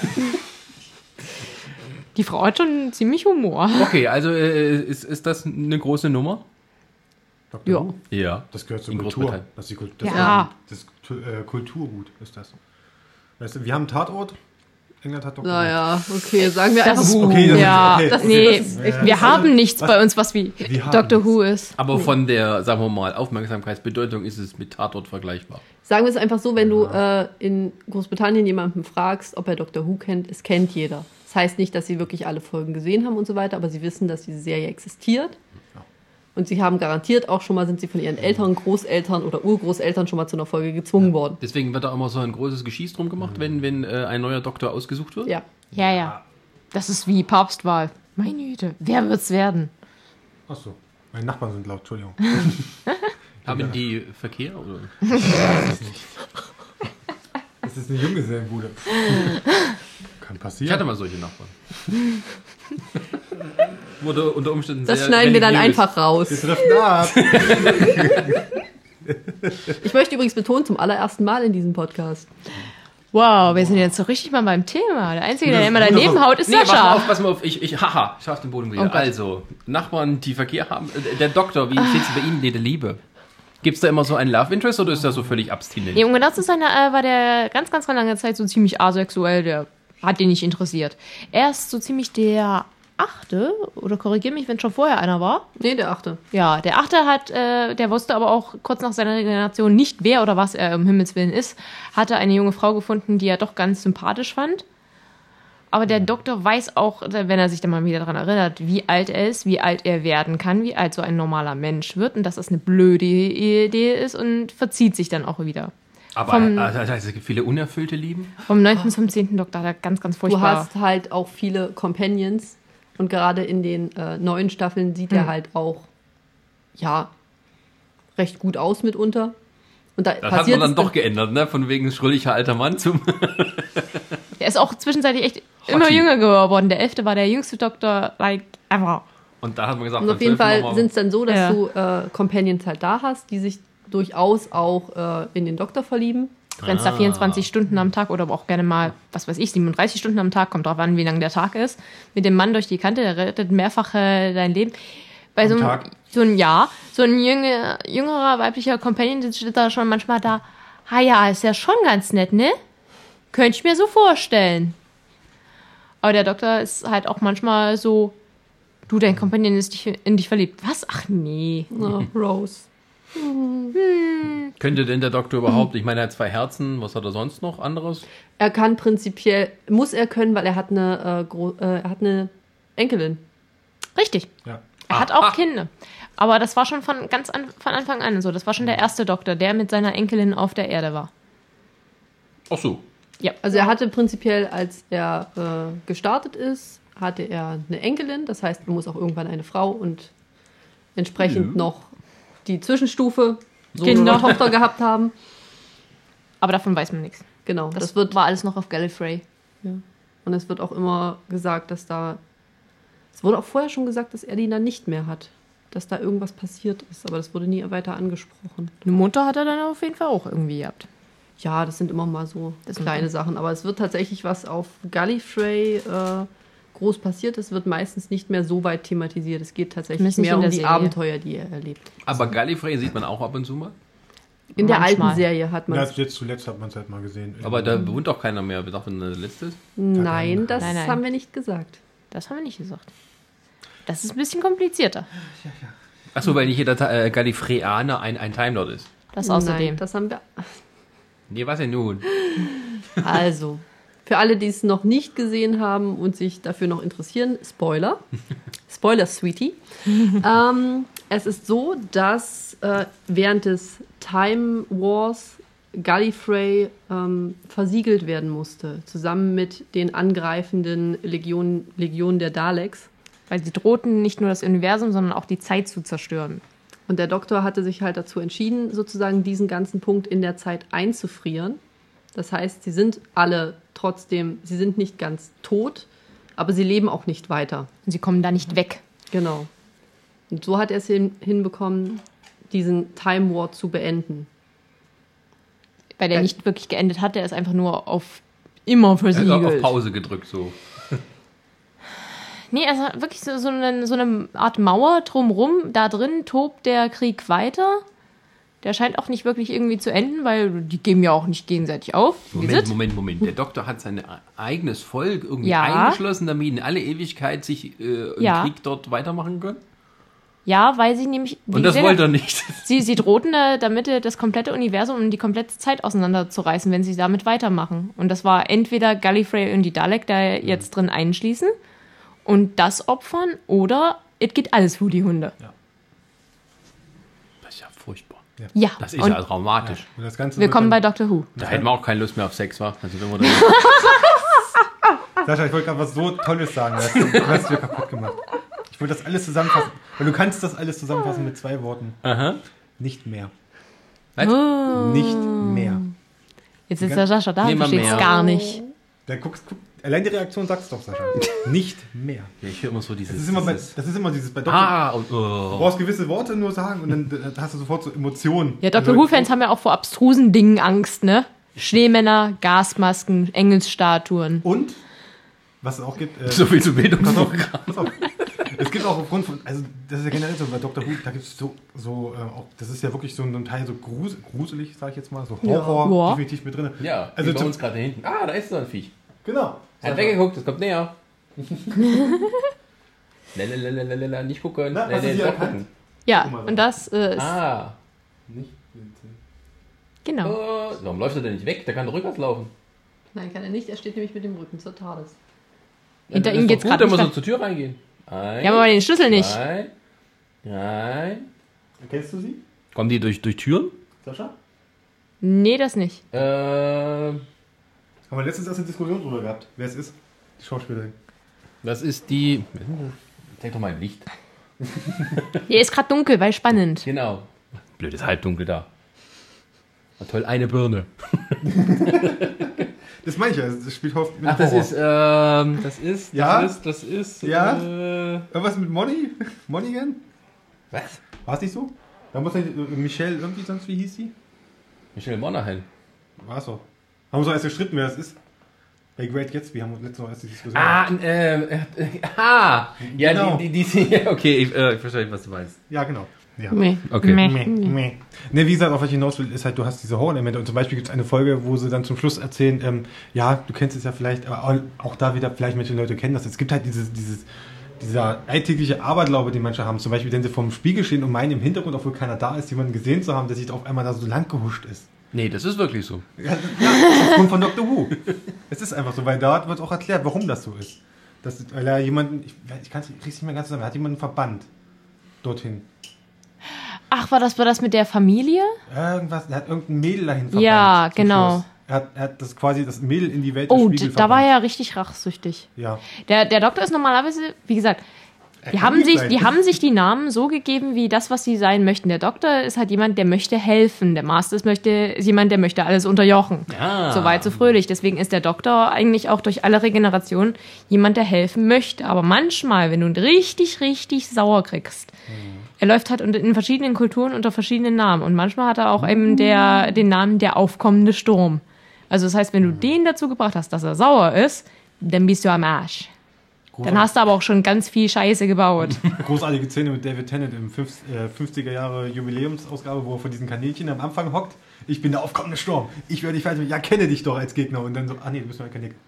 Die Frau hat schon ziemlich Humor. Okay, also ist das eine große Nummer? Dr. Ja. Who? Ja. Das gehört zur In Kultur. Großbritannien. Das ist die Ja. Kulturgut ist das. Weißt du, wir haben einen Tatort. England hat Dr. Naja, okay, sagen wir Das einfach ist Who. Okay, das ja, ist- okay. nee, Das ist echt- wir haben nichts bei uns, was wie Wir haben Doctor Who nichts. ist. Aber von der, sagen wir mal, Aufmerksamkeitsbedeutung ist es mit Tatort vergleichbar. Sagen wir es einfach so, wenn du in Großbritannien jemanden fragst, ob er Doctor Who kennt, es kennt jeder. Das heißt nicht, dass sie wirklich alle Folgen gesehen haben und so weiter, aber sie wissen, dass diese Serie existiert. Und sie haben garantiert auch schon mal, sind sie von ihren Eltern, Großeltern oder Urgroßeltern schon mal zu einer Folge gezwungen worden. Deswegen wird da immer so ein großes Geschieß drum gemacht, wenn ein neuer Doktor ausgesucht wird. Ja. Ja, ja. Das ist wie Papstwahl. Meine Güte, wer wird's werden? Achso, meine Nachbarn sind laut, Entschuldigung. Haben die Verkehr? Oder? Das ist eine Junggesellenbude. Kann passieren. Ich hatte mal solche Nachbarn. Wurde unter Umständen Das sehr schneiden wir dann religiös. einfach raus. Wir treffen ab. Ich möchte übrigens betonen, zum allerersten Mal in diesem Podcast. Wow, wir sind jetzt so richtig mal beim Thema. Der Einzige, der immer Gut, daneben aber- haut, ist Nee, Sascha. pass mal auf, ich schaff den Boden wieder. Oh Gott. Also, Nachbarn, die Verkehr haben. Der Doktor, wie steht es bei Ihnen, der Liebe? Gibt es da immer so einen Love Interest oder ist das so völlig abstinent? Nee, um genau zu sein, war der ganz, ganz lange Zeit so ziemlich asexuell. Der hat den nicht interessiert. Er ist so ziemlich der 8. oder korrigier mich, wenn schon vorher einer war. Nee, der 8. Ja, der 8. der wusste aber auch kurz nach seiner Regeneration nicht, wer oder was er um Himmels Willen ist, hatte eine junge Frau gefunden, die er doch ganz sympathisch fand. Aber der Doktor weiß auch, wenn er sich dann mal wieder daran erinnert, wie alt er ist, wie alt er werden kann, wie alt so ein normaler Mensch wird und dass das eine blöde Idee ist und verzieht sich dann auch wieder. Aber es gibt viele unerfüllte Lieben. Vom 9. zum 10. Doktor hat er ganz, ganz Du furchtbar. hast halt auch viele Companions und gerade in den neuen Staffeln sieht er halt auch, ja, recht gut aus mitunter. Und da Das hat man dann doch geändert, ne? Von wegen schrulliger alter Mann zum... Er ist auch zwischenzeitlich echt immer jünger geworden. Der 11. war der jüngste Doktor, like ever. Und da hat man gesagt... Und auf jeden Fall sind es dann so, dass Ja. du Companions halt da hast, die sich durchaus auch in den Doktor verlieben. Du rennst da 24 Stunden am Tag oder aber auch gerne mal, was weiß ich, 37 Stunden am Tag, kommt drauf an, wie lang der Tag ist, mit dem Mann durch die Kante, der rettet mehrfach dein Leben. Bei so Tag? so ein jüngerer weiblicher Companion der steht da schon manchmal da, ja, ist ja schon ganz nett, ne? Könnte ich mir so vorstellen. Aber der Doktor ist halt auch manchmal so, du, dein Companion ist in dich verliebt. Was? Ach nee. Oh, Rose. Könnte denn der Doktor überhaupt... Ich meine, er hat 2 Herzen. Was hat er sonst noch anderes? Er kann prinzipiell, muss er können, weil er hat eine Enkelin. Richtig. Ja. Er hat auch Kinder. Aber das war schon von Anfang an so. Das war schon der erste Doktor, der mit seiner Enkelin auf der Erde war. Ach so. Ja. Also er hatte prinzipiell, als er gestartet ist, hatte er eine Enkelin. Das heißt, er muss auch irgendwann eine Frau und entsprechend noch die Zwischenstufe Sohn Kinder. oder Tochter gehabt haben. Aber davon weiß man nichts. Genau. Das war alles noch auf Gallifrey. Und es wird auch immer gesagt, dass da... Es wurde auch vorher schon gesagt, dass er die dann nicht mehr hat. Dass da irgendwas passiert ist. Aber das wurde nie weiter angesprochen. Eine Mutter hat er dann auf jeden Fall auch irgendwie gehabt. Ja, das sind immer mal so Das sind kleine so. Sachen. Aber es wird tatsächlich, was auf Gallifrey groß passiert ist, wird meistens nicht mehr so weit thematisiert. Es geht tatsächlich Zumindest nicht mehr in um der die Serie. Abenteuer, die er erlebt. Aber Gallifrey sieht man auch ab und zu mal. In der Manchmal. alten Serie hat man Ja, es. jetzt zuletzt hat man es halt mal gesehen. Aber da wohnt auch keiner mehr. Wir dachten, eine Liste ist. Nein, das Nein. haben wir nicht gesagt. Das haben wir nicht gesagt. Das ist ein bisschen komplizierter. Ach so, weil nicht jeder Gallifreyaner ein Time Lord ist. Das außerdem. Nein, das haben wir. Nee, was denn nun? Also, für alle, die es noch nicht gesehen haben und sich dafür noch interessieren, Spoiler. Spoiler, Sweetie. Es ist so, dass während des Time Wars Gallifrey versiegelt werden musste, zusammen mit den angreifenden Legionen der Daleks. Weil sie drohten nicht nur das Universum, sondern auch die Zeit zu zerstören. Und der Doktor hatte sich halt dazu entschieden, sozusagen diesen ganzen Punkt in der Zeit einzufrieren. Das heißt, sie sind alle trotzdem, sie sind nicht ganz tot, aber sie leben auch nicht weiter. Und sie kommen da nicht weg. Genau. Und so hat er es hinbekommen, diesen Time War zu beenden. Weil der nicht wirklich geendet hat, der ist einfach nur auf immer versiegelt. Auf Pause gedrückt, so. Nee, also wirklich so eine Art Mauer drumrum. Da drin tobt der Krieg weiter. Der scheint auch nicht wirklich irgendwie zu enden, weil die geben ja auch nicht gegenseitig auf. Moment. Der Doktor hat sein eigenes Volk irgendwie Ja. eingeschlossen, damit in alle Ewigkeit sich im Ja. Krieg dort weitermachen können. Ja, weil sie nämlich... Und das wollte er nicht. Sie drohten damit das komplette Universum und die komplette Zeit auseinanderzureißen, wenn sie damit weitermachen. Und das war entweder Gallifrey und die Dalek da jetzt drin einschließen und das opfern oder es geht alles für die Hunde. Das ist ja furchtbar. Ja, Das ist und ja traumatisch. Und das Ganze willkommen bei wird Doctor Who. Da hätten wir auch keine Lust mehr auf Sex, wa? Also wenn wir dann, Sascha, ich wollte gerade was so Tolles sagen. Du hast mir kaputt gemacht. Ich wollte das alles zusammenfassen. Weil du kannst das alles zusammenfassen mit 2 Worten. Aha. Nicht mehr. Was? Nicht mehr. Jetzt ist der Sascha da, Nehmen wir versteht's mehr. gar nicht. Da guck, allein die Reaktion sagt's doch, Sascha. Nicht mehr. Ja, ich höre immer so dieses... Das ist immer dieses bei Doktor. und... Du Oh. brauchst gewisse Worte nur sagen und dann hast du sofort so Emotionen. Ja, Doctor Also, Who-Fans haben ja auch vor abstrusen Dingen Angst, ne? Schneemänner, Gasmasken, Engelsstatuen. Und, was es auch gibt... So viel zu Bildungsprogramm. Pass auf. Es gibt auch aufgrund von, also das ist ja generell so bei Dr. Who, da gibt es auch, das ist ja wirklich so ein Teil so gruselig, sag ich jetzt mal, so Horror Ja. definitiv mit drin. Ja, Also also bei zum- uns gerade hinten. Ah, da ist so ein Viech. Genau. Er hat weggeguckt, das kommt näher. Lalalala, nicht gucken. Na, hast du sie doch erkannt? gucken. Ja, Guck mal so. und das ist... Ah. Nicht Genau. Oh, warum läuft er denn nicht weg? Der kann rückwärts laufen. Nein, kann er nicht. Er steht nämlich mit dem Rücken zur TARDIS. Hinter Das ihm ist geht's doch gerade gut, da muss nicht er zur Tür reingehen. Ein, Ja, aber den Schlüssel nicht. Nein. Kennst du sie, Kommen die durch Türen? Sascha? Nee, das nicht. Haben wir letztens erst eine Diskussion drüber gehabt, wer es ist. Die Schauspielerin. Das ist die... Zeig doch mal ein Licht. Hier ist gerade dunkel, weil spannend. Genau. Blödes Halbdunkel da. Na toll, eine Birne. Das meine ich ja, das spielt oft mit Ach, das Horror. ist... Ja? Das ist... Ja? Irgendwas mit Monaghan? Was? War es nicht so? Da muss nicht Michelle irgendwie sonst, wie hieß sie? Michelle Monaghan. War es so. Haben wir so erst gestritten, wer es ist. Bei Great Gatsby haben wir letztes Mal erst die Diskussion gehabt. Ja, Genau. die okay, ich verstehe, was du meinst. Ja, genau. Ja. Nee. Okay. Meh. Ne, wie gesagt, auf was ich hinaus will, ist halt, du hast diese Horror-Elemente und zum Beispiel gibt es eine Folge, wo sie dann zum Schluss erzählen, ja, du kennst es ja vielleicht, aber auch da wieder, vielleicht manche Leute kennen das. Es gibt halt dieser alltägliche Aberglaube, den manche haben. Zum Beispiel, wenn sie vorm Spiegel stehen und meinen im Hintergrund, obwohl keiner da ist, jemanden gesehen zu haben, der sich auf einmal da so lang gehuscht ist. Nee, das ist wirklich so. Ja, aufgrund von Dr. Who. Es ist einfach so, weil da wird auch erklärt, warum das so ist. Weil er jemanden, ich krieg's nicht mehr ganz zusammen, er hat jemanden verbannt. Dorthin. Ach, war das mit der Familie? Irgendwas, er hat irgendein Mädel dahin verbannt. Ja, zum genau. Schluss. Er hat das quasi das Mädel in die Welt Oh, des Spiegels da war verbannt. er ja richtig rachsüchtig. Ja. Der Doktor ist normalerweise, wie gesagt, die kann lieb sein. haben sich die Namen so gegeben, wie das, was sie sein möchten. Der Doktor ist halt jemand, der möchte helfen. Der Master ist jemand, der möchte alles unterjochen. Ah. So weit, so fröhlich. Deswegen ist der Doktor eigentlich auch durch alle Regenerationen jemand, der helfen möchte. Aber manchmal, wenn du ihn richtig, richtig sauer kriegst, er läuft halt in verschiedenen Kulturen unter verschiedenen Namen. Und manchmal hat er auch eben den Namen der aufkommende Sturm. Also das heißt, wenn du den dazu gebracht hast, dass er sauer ist, dann bist du am Arsch. Dann hast du aber auch schon ganz viel Scheiße gebaut. Großartige Szene mit David Tennant im 50er Jahre Jubiläumsausgabe, wo er vor diesen Kaninchen am Anfang hockt. Ich bin der aufkommende Sturm. Ich werde dich fertig. Ja, kenne dich doch als Gegner. Und dann so, nee, du bist nur ein Kanik.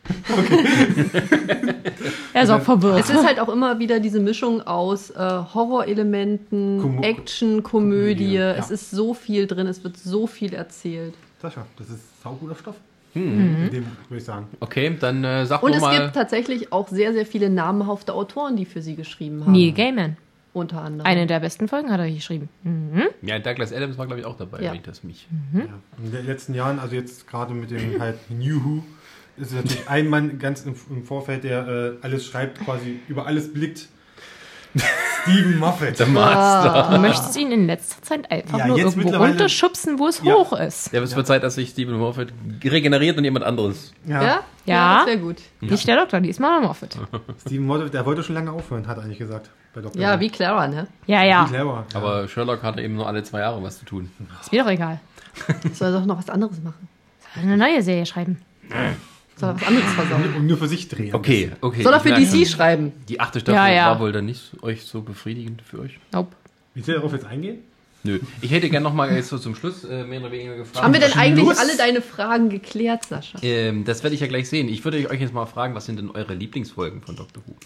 Er ist auch verwirrt. Es ist halt auch immer wieder diese Mischung aus Horrorelementen, Action, Komödie. Ja. Es ist so viel drin, es wird so viel erzählt. Sascha, das ist sauguter Stoff. In dem würde ich sagen. Okay, dann sag Und doch es mal... gibt tatsächlich auch sehr, sehr viele namhafte Autoren, die für sie geschrieben haben. Neil Gaiman. Unter anderem. Eine der besten Folgen hat er geschrieben. Ja, Douglas Adams war, glaube ich, auch dabei, Ja. wenn ich das mich... Ja. In den letzten Jahren, also jetzt gerade mit dem halt New Who, ist es natürlich ein Mann ganz im Vorfeld, der alles schreibt, quasi über alles blickt. Stephen Moffat. Der Master. Du möchtest ihn in letzter Zeit einfach Ja, nur jetzt irgendwo mittlerweile- runterschubsen, wo es Ja. hoch ist. Ja, es wird Zeit, dass sich Stephen Moffat regeneriert und jemand anderes. Ja? Ja. Das wäre gut. Nicht der Doktor, diesmal Moffat. Stephen Moffat, der wollte schon lange aufhören, hat er eigentlich gesagt. Bei Dr. Ja, Who. wie Clara, ne? Ja, Wie ja. clever. Aber Sherlock hatte eben nur alle 2 Jahre was zu tun. Ist mir doch egal. Soll doch noch was anderes machen. Eine neue Serie schreiben. Soll er was anderes versauen? Und nur für sich drehen. Okay. Soll er für Ich merke DC schon. schreiben? Die 8. Staffel Ja. war wohl dann nicht euch so befriedigend für euch? Nope. Willst du darauf jetzt eingehen? Nö. Ich hätte gerne nochmal jetzt so zum Schluss mehr oder weniger gefragt. Haben wir denn eigentlich Schluss. alle deine Fragen geklärt, Sascha? Das werde ich ja gleich sehen. Ich würde euch jetzt mal fragen, was sind denn eure Lieblingsfolgen von Doctor Who?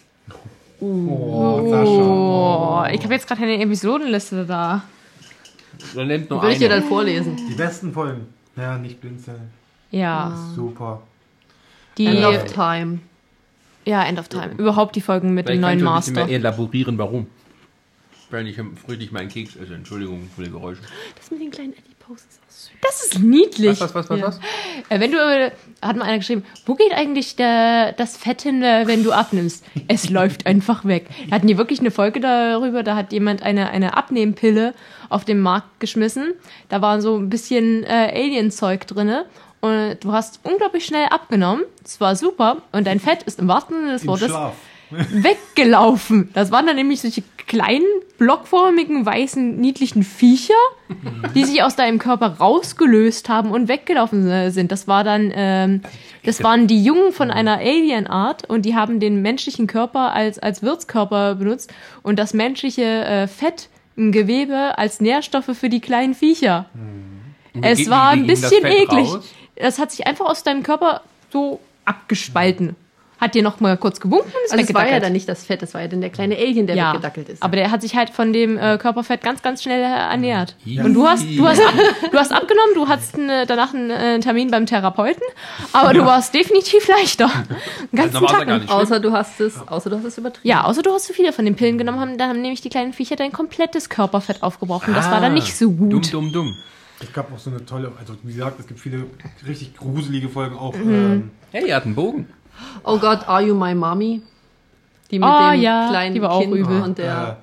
Oh, Sascha. Oh, ich habe jetzt gerade keine Episodenliste da. Oder nennt nur Würde ich dir eine. dann vorlesen. Die besten Folgen. Ja, nicht blinzeln. Ja. Super. Die, End of Time. ja, End of Time. Überhaupt die Folgen mit dem Vielleicht neuen kannst du ein bisschen Master. mehr elaborieren, warum. Weil ich fröhlich meinen Keks esse. Entschuldigung für die Geräusche. Das mit den kleinen Eddie-Poses ist auch süß. Das ist niedlich. Was? Wenn du, hat mal einer geschrieben, wo geht eigentlich das Fett hin, wenn du abnimmst? Es läuft einfach weg. Da hatten die wirklich eine Folge darüber, da hat jemand eine Abnehmpille auf den Markt geschmissen. Da war so ein bisschen Alien-Zeug drin. Und du hast unglaublich schnell abgenommen. Das war super. Und dein Fett ist im wahrsten Sinne des Im Wortes Schlaf. weggelaufen. Das waren dann nämlich solche kleinen, blockförmigen, weißen, niedlichen Viecher, die sich aus deinem Körper rausgelöst haben und weggelaufen sind. Das war dann, das waren die Jungen von einer Alien-Art und die haben den menschlichen Körper als Wirtskörper benutzt und das menschliche Fett im Gewebe als Nährstoffe für die kleinen Viecher. Es war ein bisschen eklig. Das hat sich einfach aus deinem Körper so abgespalten. Hat dir noch mal kurz gewunken und ist Also es war ja weggedackelt. dann nicht das Fett, das war ja dann der kleine Alien, der weggedackelt ist. Aber der hat sich halt von dem Körperfett ganz, ganz schnell ernährt. Ja. Und du hast abgenommen, du hattest danach einen Termin beim Therapeuten, aber du warst definitiv leichter. Den ganzen dann war's ja Tag. gar nicht schlimm. Außer du hast es übertrieben. Ja, außer du hast zu viele von den Pillen genommen, dann haben nämlich die kleinen Viecher dein komplettes Körperfett aufgebraucht und das war dann nicht so gut. Dumm. Es gab auch so eine tolle, also wie gesagt, es gibt viele richtig gruselige Folgen auch. Hey, ihr habt einen Bogen. Oh Gott, Are You My Mommy? Die mit Oh dem ja, kleinen die war auch Kind übel. und der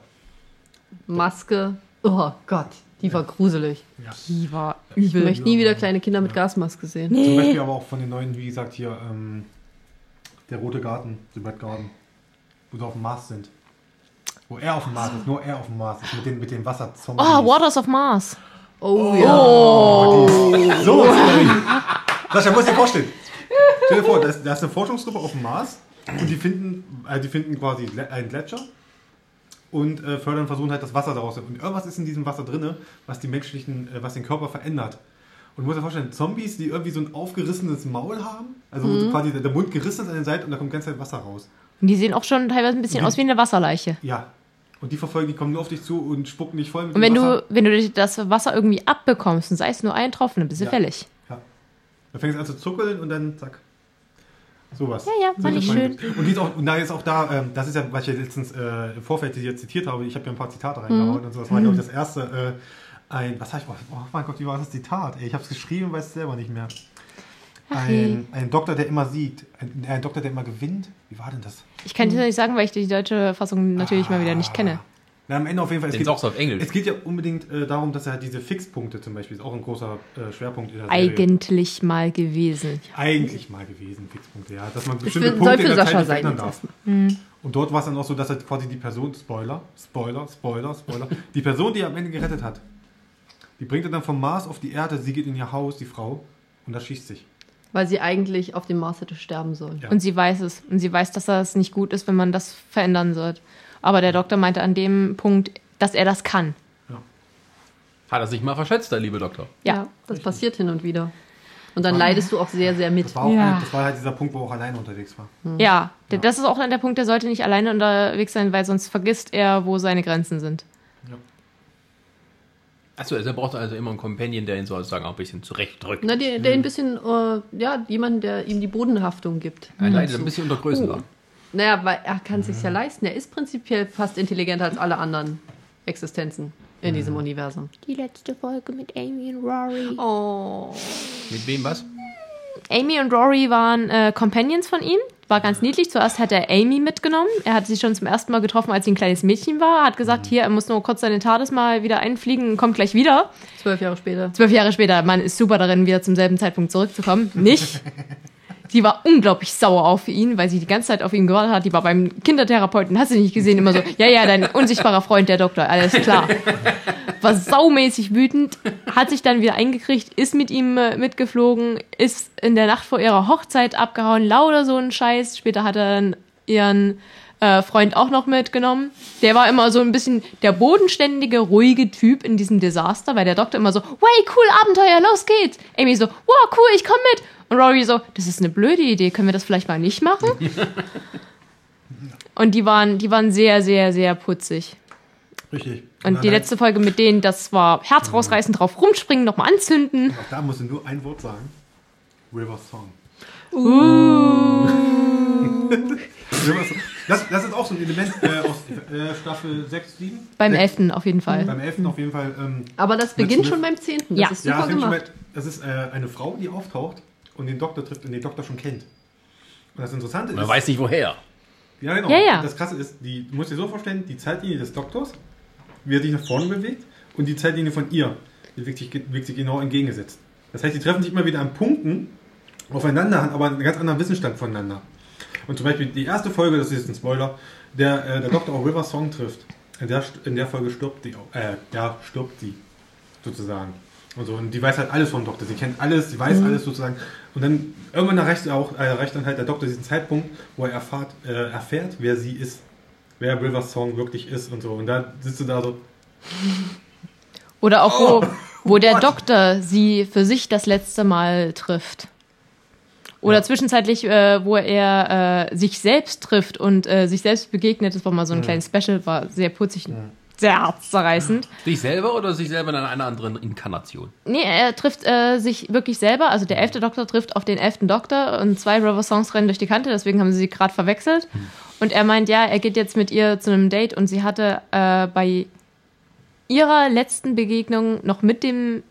Maske. Oh Gott, die war gruselig. Die war Ich übel. möchte nie wieder kleine Kinder mit Gasmaske sehen. Zum Beispiel aber auch von den neuen, wie gesagt, hier der Rote Garten, The Red Garden, wo sie auf dem Mars sind. Wo er auf dem Mars ist, nur er auf dem Mars ist, mit den Wasserzombies. Oh, Waters of Mars. Oh ja. So, Sascha, musst dir vorstellen. Stell dir vor, da ist eine Forschungsgruppe auf dem Mars und die finden quasi einen Gletscher und versuchen halt das Wasser daraus. Und irgendwas ist in diesem Wasser drin, was was den Körper verändert. Und du musst dir vorstellen, Zombies, die irgendwie so ein aufgerissenes Maul haben, also wo quasi der Mund gerissen ist an den Seiten und da kommt die ganze Zeit Wasser raus. Und die sehen auch schon teilweise ein bisschen aus wie eine Wasserleiche. Ja. Und die kommen nur auf dich zu und spucken dich voll mit Und dem wenn Wasser. du das Wasser irgendwie abbekommst und sei es nur ein Tropfen, dann bist du Ja. fällig. Ja. Da fängt es an zu zuckeln und dann zack. Sowas. Ja, war nicht schön. Und die ist auch da, das ist ja, was ich ja letztens im Vorfeld hier zitiert habe, ich habe ja ein paar Zitate reingehauen und so. Das war, glaube ich, das erste, was habe ich, oh mein Gott, wie war das Zitat? Ey, ich habe es geschrieben, weiß es selber nicht mehr. Ein Doktor, der immer siegt, ein Doktor, der immer gewinnt. Wie war denn das? Ich kann dir nicht sagen, weil ich die deutsche Fassung natürlich mal wieder nicht kenne. Na, am Ende auf jeden Fall. Den sagst du auf Englisch. Es geht ja unbedingt darum, dass er halt diese Fixpunkte zum Beispiel, ist auch ein großer Schwerpunkt in der Serie. Eigentlich mal gewesen. Eigentlich mal gewesen, Fixpunkte, ja. Dass man Das bestimmte soll Punkte für in der Sascha Zeit sein nicht jetzt verändern darf. erstmal. Und dort war es dann auch so, dass halt quasi die Person, Spoiler, die Person, die er am Ende gerettet hat, die bringt er dann vom Mars auf die Erde, sie geht in ihr Haus, die Frau, und da schießt sich. Weil sie eigentlich auf dem Mars hätte sterben sollen. Ja. Und sie weiß es. Und sie weiß, dass das nicht gut ist, wenn man das verändern sollte. Aber der Doktor meinte an dem Punkt, dass er das kann. Hat er sich mal verschätzt, der liebe Doktor. Ja. Das passiert hin und wieder. Und dann leidest du auch sehr, sehr mit. Das war, auch Ja. das war halt dieser Punkt, wo er auch alleine unterwegs war. Ja, das ist auch der Punkt, der sollte nicht alleine unterwegs sein, weil sonst vergisst er, wo seine Grenzen sind. Achso, also er braucht also immer einen Companion, der ihn sozusagen auch ein bisschen zurechtdrückt. Na, der ein bisschen, jemanden, der ihm die Bodenhaftung gibt. Er leidet ein bisschen unter Größenwahn. Naja, weil er kann es sich ja leisten. Er ist prinzipiell fast intelligenter als alle anderen Existenzen in diesem Universum. Die letzte Folge mit Amy und Rory. Oh. Mit wem was? Amy und Rory waren Companions von ihm. War ganz niedlich. Zuerst hat er Amy mitgenommen. Er hat sie schon zum ersten Mal getroffen, als sie ein kleines Mädchen war. Hat gesagt, hier, er muss nur kurz seine TARDIS mal wieder einfliegen und kommt gleich wieder. 12 Jahre später. 12 Jahre später. Man ist super darin, wieder zum selben Zeitpunkt zurückzukommen. Nicht. Sie war unglaublich sauer auf ihn, weil sie die ganze Zeit auf ihn gewartet hat. Die war beim Kindertherapeuten, hast du nicht gesehen, immer so, ja, dein unsichtbarer Freund, der Doktor, alles klar. War saumäßig wütend, hat sich dann wieder eingekriegt, ist mit ihm mitgeflogen, ist in der Nacht vor ihrer Hochzeit abgehauen, lauter so ein Scheiß. Später hat er dann ihren Freund auch noch mitgenommen. Der war immer so ein bisschen der bodenständige, ruhige Typ in diesem Desaster, weil der Doktor immer so, way, cool, Abenteuer, los geht's. Amy so, wow, cool, ich komm mit. Und Rory so, das ist eine blöde Idee, können wir das vielleicht mal nicht machen? Und die waren sehr, sehr, sehr putzig. Richtig. Und die letzte Folge mit denen, das war herzrausreißend, drauf rumspringen, nochmal anzünden. Auch da musst du nur ein Wort sagen. River Song. River Song. Das ist auch so ein Element aus Staffel 6, 7. Beim 11. auf jeden Fall. Beim 11. auf jeden Fall. Aber das beginnt schon beim 10. Das Ja. ist super gemacht. Das ist eine Frau, die auftaucht und den Doktor trifft und den Doktor schon kennt. Und das Interessante ist... Man weiß nicht woher. Ja, genau. Ja. Das Krasse ist, du musst dir so vorstellen, die Zeitlinie des Doktors, wie er sich nach vorne bewegt, und die Zeitlinie von ihr, die wirkt sich genau entgegengesetzt. Das heißt, die treffen sich immer wieder an Punkten aufeinander, aber einen ganz anderen Wissensstand voneinander. Und zum Beispiel die erste Folge, das ist jetzt ein Spoiler, der Doktor auch River Song trifft. In der Folge stirbt sie sozusagen. Und so. Und die weiß halt alles vom Doktor. Sie kennt alles, sie weiß alles sozusagen. Und dann irgendwann erreicht dann halt der Doktor diesen Zeitpunkt, wo er erfährt, wer sie ist. Wer River Song wirklich ist und so. Und da sitzt du da so. Oder auch, wo der what? Doktor sie für sich das letzte Mal trifft. Oder zwischenzeitlich, wo er sich selbst trifft und sich selbst begegnet. Das war mal so ein kleines Special, war sehr putzig, sehr herzzerreißend. Sich selber oder sich selber in einer anderen Inkarnation? Nee, er trifft sich wirklich selber. Also der 11. Doktor trifft auf den 11. Doktor und 2 River Songs rennen durch die Kante, deswegen haben sie gerade verwechselt. Und er meint, ja, er geht jetzt mit ihr zu einem Date und sie hatte bei ihrer letzten Begegnung noch mit dem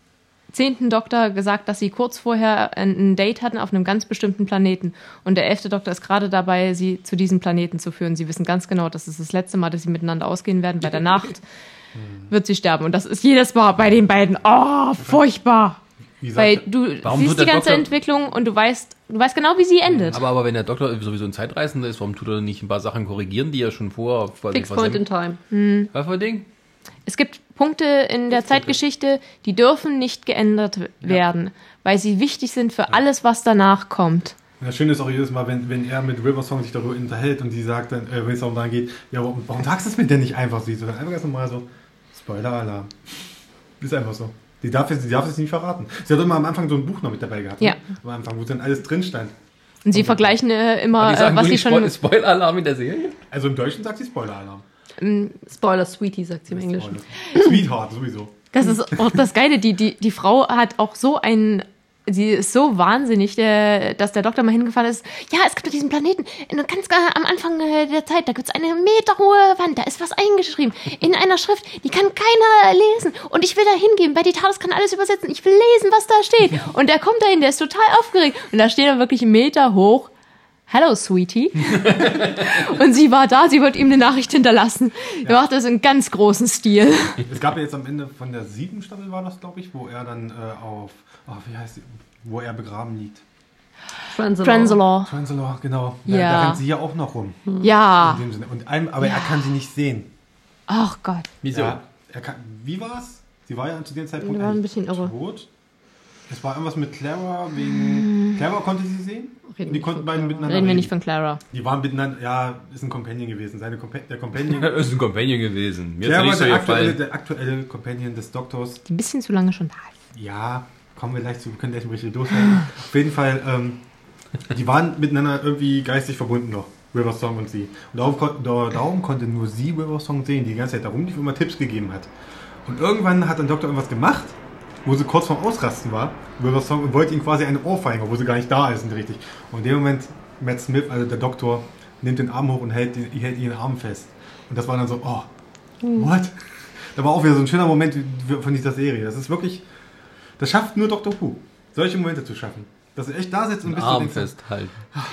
10. Doktor gesagt, dass sie kurz vorher ein Date hatten auf einem ganz bestimmten Planeten. Und der 11. Doktor ist gerade dabei, sie zu diesem Planeten zu führen. Sie wissen ganz genau, das ist das letzte Mal, dass sie miteinander ausgehen werden. Bei der Nacht wird sie sterben. Und das ist jedes Mal bei den beiden, furchtbar. Weil du siehst die ganze Entwicklung und du weißt genau, wie sie endet. Aber wenn der Doktor sowieso ein Zeitreisender ist, warum tut er nicht ein paar Sachen korrigieren, die er schon vorher... Fixed Point in Time. Was für ein Ding? Es gibt Punkte in der Zeitgeschichte, die dürfen nicht geändert werden, weil sie wichtig sind für alles, was danach kommt. Das Schöne ist auch jedes Mal, wenn er mit River Song sich darüber unterhält und sie sagt dann, wenn es darum dann geht, ja, warum sagst du es mir denn nicht einfach? Sie so dann einfach ganz normal so, Spoiler-Alarm. Ist einfach so. Sie darf es nicht verraten. Sie hat immer am Anfang so ein Buch noch mit dabei gehabt. Ja. Ne? Am Anfang, wo dann alles drin stand. Und sie vergleichen immer, die sagen was nur sie schon... Spoiler-Alarm in der Serie? Also im Deutschen sagt sie Spoiler-Alarm. Spoiler Sweetie, sagt sie im Englischen. Sweetheart, sowieso. Das ist auch das Geile. Die Frau hat auch so ein... Sie ist so wahnsinnig, dass der Doktor mal hingefahren ist. Ja, es gibt diesen Planeten. Ganz am Anfang der Zeit, da gibt es eine meterhohe Wand. Da ist was eingeschrieben. In einer Schrift, die kann keiner lesen. Und ich will da hingehen, weil die TARDIS kann alles übersetzen. Ich will lesen, was da steht. Und der kommt dahin, der ist total aufgeregt. Und da steht er wirklich 1 Meter hoch. Hello, Sweetie. Und sie war da, sie wollte ihm eine Nachricht hinterlassen. Er macht das in ganz großen Stil. Es gab ja jetzt am Ende von der 7. Staffel, war das, glaube ich, wo er dann wo er begraben liegt. Trenzalore. Trenzalore, genau. Ja. Da rennt sie ja auch noch rum. Ja. In dem Sinne. Aber er kann sie nicht sehen. Ach Gott. Wieso? Ja, wie war es? Sie war ja zu dem Zeitpunkt Die war ein bisschen irre. tot. Es war irgendwas mit Clara Clara konnte sie sehen? Und die konnten beiden miteinander Reden wir nicht von Clara. Die waren miteinander, ja, ist ein Companion gewesen. Der Companion. Das ist ein Companion gewesen. Mir Clara ist war nicht so gefallen. der aktuelle Companion des Doktors. Die ein bisschen zu lange schon da ist. Ja, kommen wir gleich zu, wir können gleich ein bisschen durchhalten. Auf jeden Fall, die waren miteinander irgendwie geistig verbunden noch, River Song und sie. Und darum konnte nur sie River Song sehen, die ganze Zeit darum lief und immer Tipps gegeben hat. Und irgendwann hat dann Doktor irgendwas gemacht, wo sie kurz vorm Ausrasten war, River Song, und wollte ihn quasi eine Ohrfeigen, obwohl sie gar nicht da ist, nicht richtig. Und in dem Moment, Matt Smith, also der Doktor, nimmt den Arm hoch und hält ihren Arm fest. Und das war dann so, what? Da war auch wieder so ein schöner Moment von dieser Serie. Das ist wirklich, das schafft nur Doctor Who, solche Momente zu schaffen. Dass du echt da sitzt und ein bisschen Arm denkst, festhalten.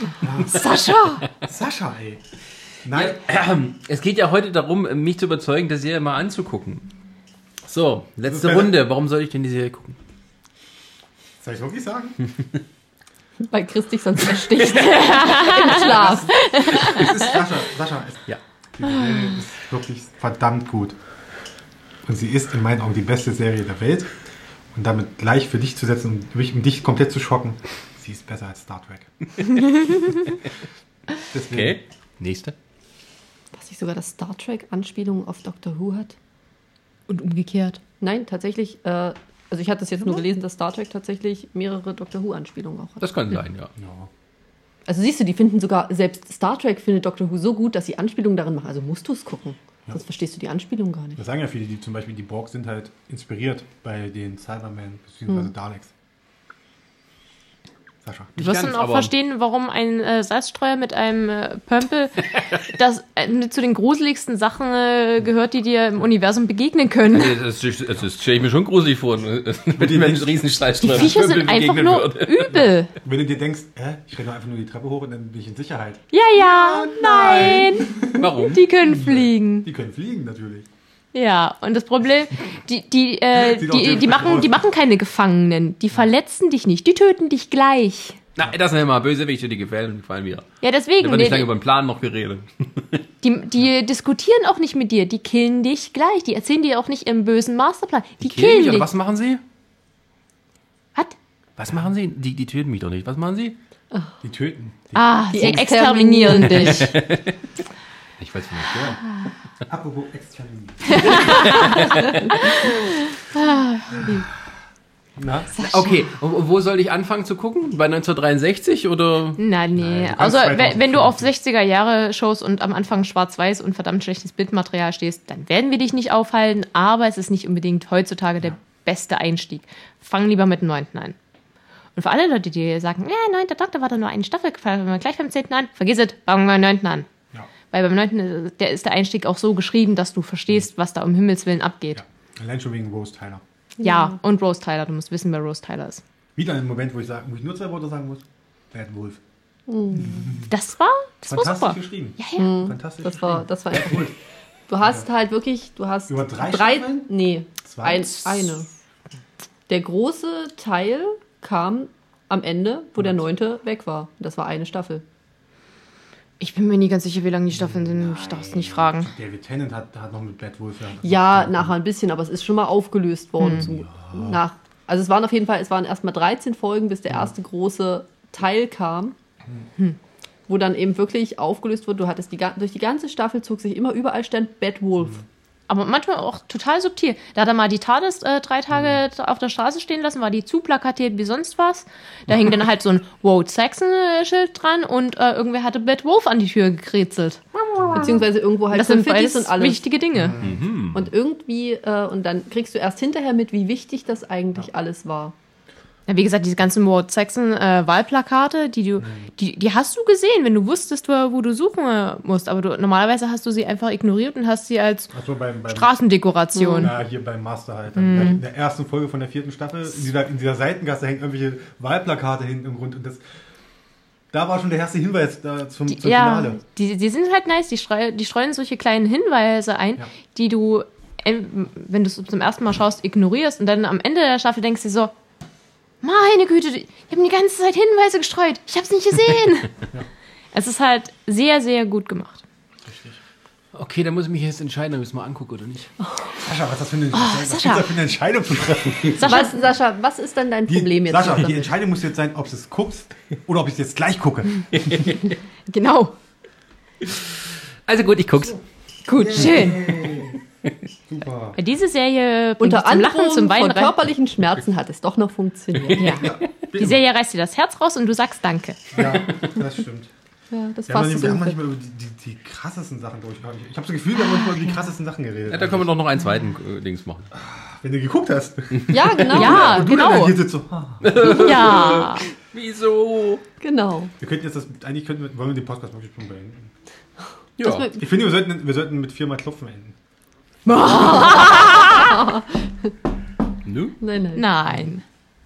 Sascha, ey. Nein. Ja, es geht ja heute darum, mich zu überzeugen, die Serie mal anzugucken. So, letzte Das ist Runde. Warum soll ich denn die Serie gucken? Soll ich wirklich sagen? Weil Chris dich sonst ersticht. Im Schlaf. Es ist Sascha, Ja. die Serie ist wirklich verdammt gut. Und sie ist in meinen Augen die beste Serie der Welt. Und damit gleich für dich zu setzen und um dich komplett zu schocken, sie ist besser als Star Trek. Deswegen, Okay, nächste. Was nicht sogar das Star Trek Anspielungen auf Doctor Who hat? Und umgekehrt. Nein, tatsächlich, also ich hatte es jetzt nur gelesen, dass Star Trek tatsächlich mehrere Doctor Who Anspielungen auch hat. Das kann sein, ja. Ja. Also siehst du, die finden sogar, selbst Star Trek findet Doctor Who so gut, dass sie Anspielungen darin machen. Also musst du es gucken. Sonst verstehst du die Anspielung gar nicht. Das sagen ja viele, die zum Beispiel die Borg sind halt inspiriert bei den Cybermen bzw. Daleks. Sascha. Du Nicht wirst ganz, dann auch aber- verstehen, warum ein Salzstreuer mit einem Pömpel das mit zu den gruseligsten Sachen gehört, die dir im Universum begegnen können. Das stelle ich mir schon gruselig vor, wenn ein Riesenschleißstreuer Die Viecher sind einfach nur übel. Wenn du dir denkst, ich renne einfach nur die Treppe hoch und dann bin ich in Sicherheit. Ja, nein. Warum? Die können fliegen. Die können fliegen natürlich. Ja, und das Problem, die Sieht auch machen keine Gefangenen. Die verletzen dich nicht. Die töten dich gleich. Na, das sind immer Bösewichte, die gefallen mir. Ja, Da deswegen. wird nicht lange über den Plan noch geredet. Die diskutieren auch nicht mit dir. Die killen dich gleich. Die erzählen dir auch nicht ihren bösen Masterplan. Die Killen killen mich, oder dich. was machen sie? Was? Was machen sie? Die töten mich doch nicht. Was machen sie? Die töten. Die Sie exterminieren dich. Ich weiß nicht mehr. Apropos exterminieren. Na? Okay, und wo soll ich anfangen zu gucken? Bei 1963 oder? Na, nee. Nein, du Also, kannst wenn du auf 2050. 60er-Jahre-Shows und am Anfang schwarz-weiß und verdammt schlechtes Bildmaterial stehst, dann werden wir dich nicht aufhalten, aber es ist nicht unbedingt heutzutage der beste Einstieg. Fang lieber mit dem 9. an. Und für alle Leute, die sagen, ja, 9. Doktor war doch nur eine Staffel, fangen wir gleich beim 10. an, vergiss es, fangen wir beim 9. an. Ja. Weil beim 9. ist der Einstieg auch so geschrieben, dass du verstehst, was da um Himmels Willen abgeht. Ja. Allein schon wegen Rose Tyler. Ja, und Rose Tyler, du musst wissen, wer Rose Tyler ist. Wieder ein Moment, wo ich nur 2 Worte sagen muss. Bad Wolf. Das war Fantastisch super. geschrieben. Ja, ja. Fantastisch Das war geschrieben. einfach gut. Du hast halt wirklich, Über 3 Staffeln? Nee, 2? eine. Der große Teil kam am Ende, wo der 9. weg war. Das war eine Staffel. Ich bin mir nie ganz sicher, wie lange die Staffeln sind. Ich darf es nicht fragen. David Tennant hat noch mit Bad Wolf. Ja, nachher ein bisschen, aber es ist schon mal aufgelöst worden. Also es waren auf jeden Fall, es waren erstmal 13 Folgen, bis der erste große Teil kam, wo dann eben wirklich aufgelöst wurde. Du hattest durch die ganze Staffel zog sich immer überall stand Bad Wolf. Aber manchmal auch total subtil. Da hat er mal die TARDIS 3 Tage auf der Straße stehen lassen, war die zu plakatiert wie sonst was. Da hing dann halt so ein Woad Saxon-Schild dran und irgendwer hatte Bad Wolf an die Tür gekritzelt. Beziehungsweise irgendwo halt Das sind Graffitis beides und alles. wichtige Dinge. Und irgendwie, und dann kriegst du erst hinterher mit, wie wichtig das eigentlich alles war. Ja, wie gesagt, diese ganzen Woad Saxon Wahlplakate, die hast du gesehen, wenn du wusstest, wo du suchen musst. Aber normalerweise hast du sie einfach ignoriert und hast sie als Achso, beim Straßendekoration. Ja, hier beim Master halt. In der ersten Folge von der 4. Staffel, in dieser Seitengasse hängen irgendwelche Wahlplakate hinten im Grund. Und da war schon der erste Hinweis zum Finale. Die sind halt nice. Die streuen solche kleinen Hinweise ein, die du, wenn du es zum ersten Mal schaust, ignorierst. Und dann am Ende der Staffel denkst du dir so, meine Güte, ich habe die ganze Zeit Hinweise gestreut. Ich habe es nicht gesehen. Es ist halt sehr, sehr gut gemacht. Okay, dann muss ich mich jetzt entscheiden, ob ich es mal angucke oder nicht. Sascha, was ist das für eine, Sascha. was ist das für eine Entscheidung zu treffen? Sascha, was ist denn dein Problem jetzt? Sascha, damit? die Entscheidung muss jetzt sein, ob du es guckst oder ob ich es jetzt gleich gucke. Genau. Also gut, ich guck's. Gut, schön. Super. Diese Serie bringt Unter dich zum Lachen, anderem zum Weinen von rein. körperlichen Schmerzen hat es doch noch funktioniert. Ja. Die Serie reißt dir das Herz raus und du sagst Danke. Ja, das stimmt. Ja, das Wir haben fasst noch es nicht ungefähr. mal über die krassesten Sachen durchgegangen. Ich habe das Gefühl, wir haben über die krassesten Sachen geredet. Ja, da können wir doch noch einen zweiten Dings machen. Wenn du geguckt hast. Ja, genau. Ja, Und du dann genau. hier sitzt so. Ja. Wieso? Genau. Wir könnten jetzt wollen wir den Podcast wirklich schon beenden. Ja. Ich finde, wir sollten mit 4-mal Klopfen enden. Nö? Nein. Nein.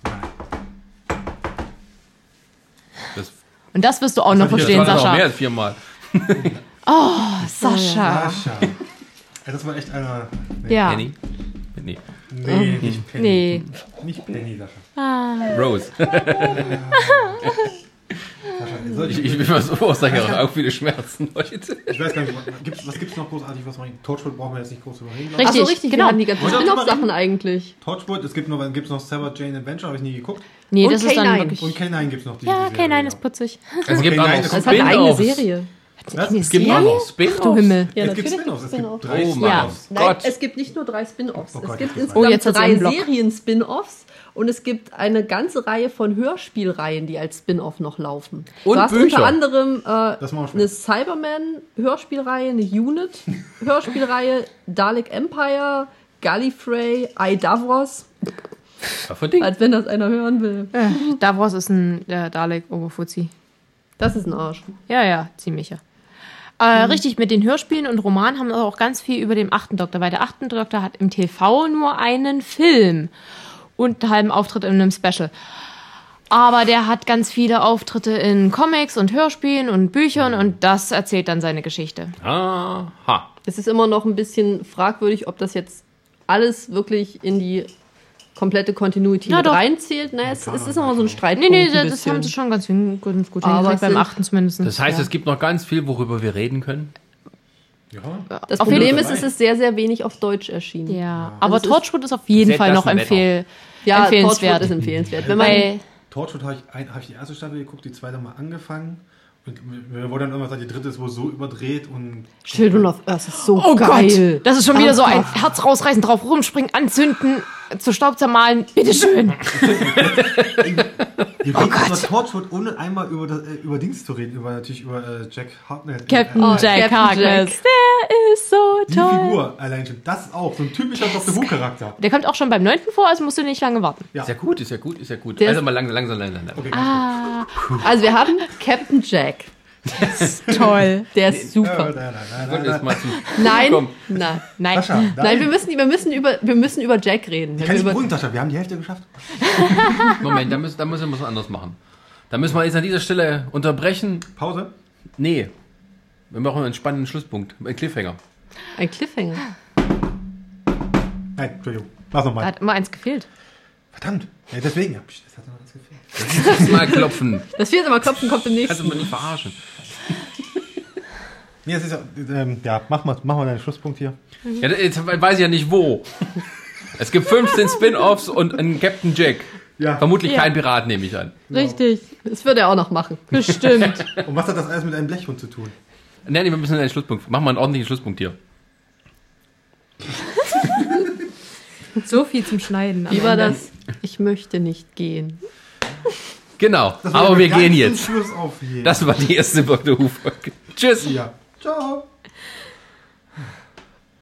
Das, Und das wirst du auch noch Das verstehen, das war noch Sascha. mehr als 4-mal. Sascha. Sascha. Ja, das war echt einer. Ja. Penny? Nee. Nee, nicht Penny. Nee. Nicht Penny, Sascha. Rose. Sascha, Ich bin mal so aus, ich habe auch viele Schmerzen heute. ich weiß gar nicht, was gibt's noch großartig, was man... Torchwood brauchen wir jetzt nicht groß überreden. Richtig. Achso, richtig, genau. wir hatten die ganzen Wollen wir Spin-off-Sachen drüber eigentlich. Torchwood, gibt's noch Sarah Jane Adventure, habe ich nie geguckt. Nee, Und das ist dann K9. wirklich... Und K9 gibt's noch. Ja, Serie, K9 ist putzig. Es gibt auch Nein, noch das Das hat eine eigene Spin-offs. Serie. Was? Es gibt auch noch Spin-offs. Du Himmel. Ja, Es gibt natürlich Spin-offs, es gibt Spin-offs. 3 Oh Spin-offs. Mann. Nein, Gott. es gibt nicht nur 3 Spin-offs. Oh Es Gott, gibt jetzt Oh, insgesamt jetzt hat's 3 einen Block. Serien-Spin-offs und es gibt eine ganze Reihe von Hörspielreihen, die als Spin-off noch laufen. Und du hast Bücher. unter anderem Das machen wir eine Cyberman-Hörspielreihe, eine Unit-Hörspielreihe, Dalek Empire, Gallifrey, Davros, Was für ein Ding? als wenn das einer hören will. Davos ist ein Dalek Oberfuzzi. Das ist ein Arsch. Ja, ziemlich, ja. Richtig, mit den Hörspielen und Romanen haben wir auch ganz viel über den 8. Doktor, weil der 8. Doktor hat im TV nur einen Film und einen halben Auftritt in einem Special. Aber der hat ganz viele Auftritte in Comics und Hörspielen und Büchern und das erzählt dann seine Geschichte. Aha. Es ist immer noch ein bisschen fragwürdig, ob das jetzt alles wirklich in die komplette Continuity Ja, mit doch. reinzählt. Ne, es ist immer so ein Streitpunkt. Nee, ein das bisschen. haben sie schon ganz gut Aber hingekriegt, es beim sind- 8. zumindest. Das heißt, es gibt noch ganz viel, worüber wir reden können. Ja. Das Auf Problem jeden ist, Fall. es ist sehr, sehr wenig auf Deutsch erschienen. Ja, aber Also es ist- Torchwood ist auf jeden Seht Fall das noch ein Wetter. Ja, empfehlenswert. Torchwood ist empfehlenswert. Wenn man, Weil, Torchwood habe ich die erste Staffel geguckt, die zweite mal angefangen. Und mir wurde dann irgendwas gesagt, die dritte ist wohl so überdreht und... Children of Earth ist so oh geil. Gott, das ist schon wieder so ein Ernsthaft? Herz rausreißen, drauf rumspringen, anzünden, zu Staub zermahlen. Bitteschön. Wir reden über Torchwood, ohne einmal über Dings zu reden, natürlich über Jack Hartnett. Captain Oh, Jack Captain Harkness, der ist so Die toll. Figur allein schon, das ist auch so ein typischer Doctor Who-Charakter. Der kommt auch schon beim 9. vor, also musst du nicht lange warten. Ja. Ist ja gut, ist ja gut, ist ja gut. Der Also ist- mal langsam. Okay, ganz Also wir haben Captain Jack. Toll. Der ist gut. super. Ich wollte jetzt mal zum Nein, Komm. nein. Nein. Sascha, Nein, wir müssen über Jack reden. Kann Wenn ich wir über, beruhigen, Sascha, wir haben die Hälfte geschafft. Moment, da müssen wir was anderes machen. Da müssen wir jetzt an dieser Stelle unterbrechen. Pause. Nee. Wir machen einen spannenden Schlusspunkt. Ein Cliffhanger. ein Cliffhanger. Nein, Entschuldigung. Mach Da nochmal. hat immer eins gefehlt. Verdammt. Ja, deswegen. Ja, das hat noch alles gefehlt. Lass mal klopfen. Das vierte Mal klopfen kommt im Kannst nächsten. du mal nicht verarschen. Nee, es ist ja, mach mal deinen Schlusspunkt hier. Ja, jetzt weiß ich ja nicht wo. Es gibt 15 Spin-Offs und einen Captain Jack. Ja. Vermutlich Ja. kein Pirat, nehme ich an. Richtig. Das wird er auch noch machen. Bestimmt. Und was hat das alles mit einem Blechhund zu tun? Nee, wir müssen einen Schlusspunkt. Machen wir einen ordentlichen Schlusspunkt hier. So viel zum Schneiden. am Wie war Ende. das? Ich möchte nicht gehen. Genau. Das war Aber der wir gehen ganze jetzt. Schluss auf jeden. Das war die erste Doctor Who-Folge. Tschüss. Ja. Ciao.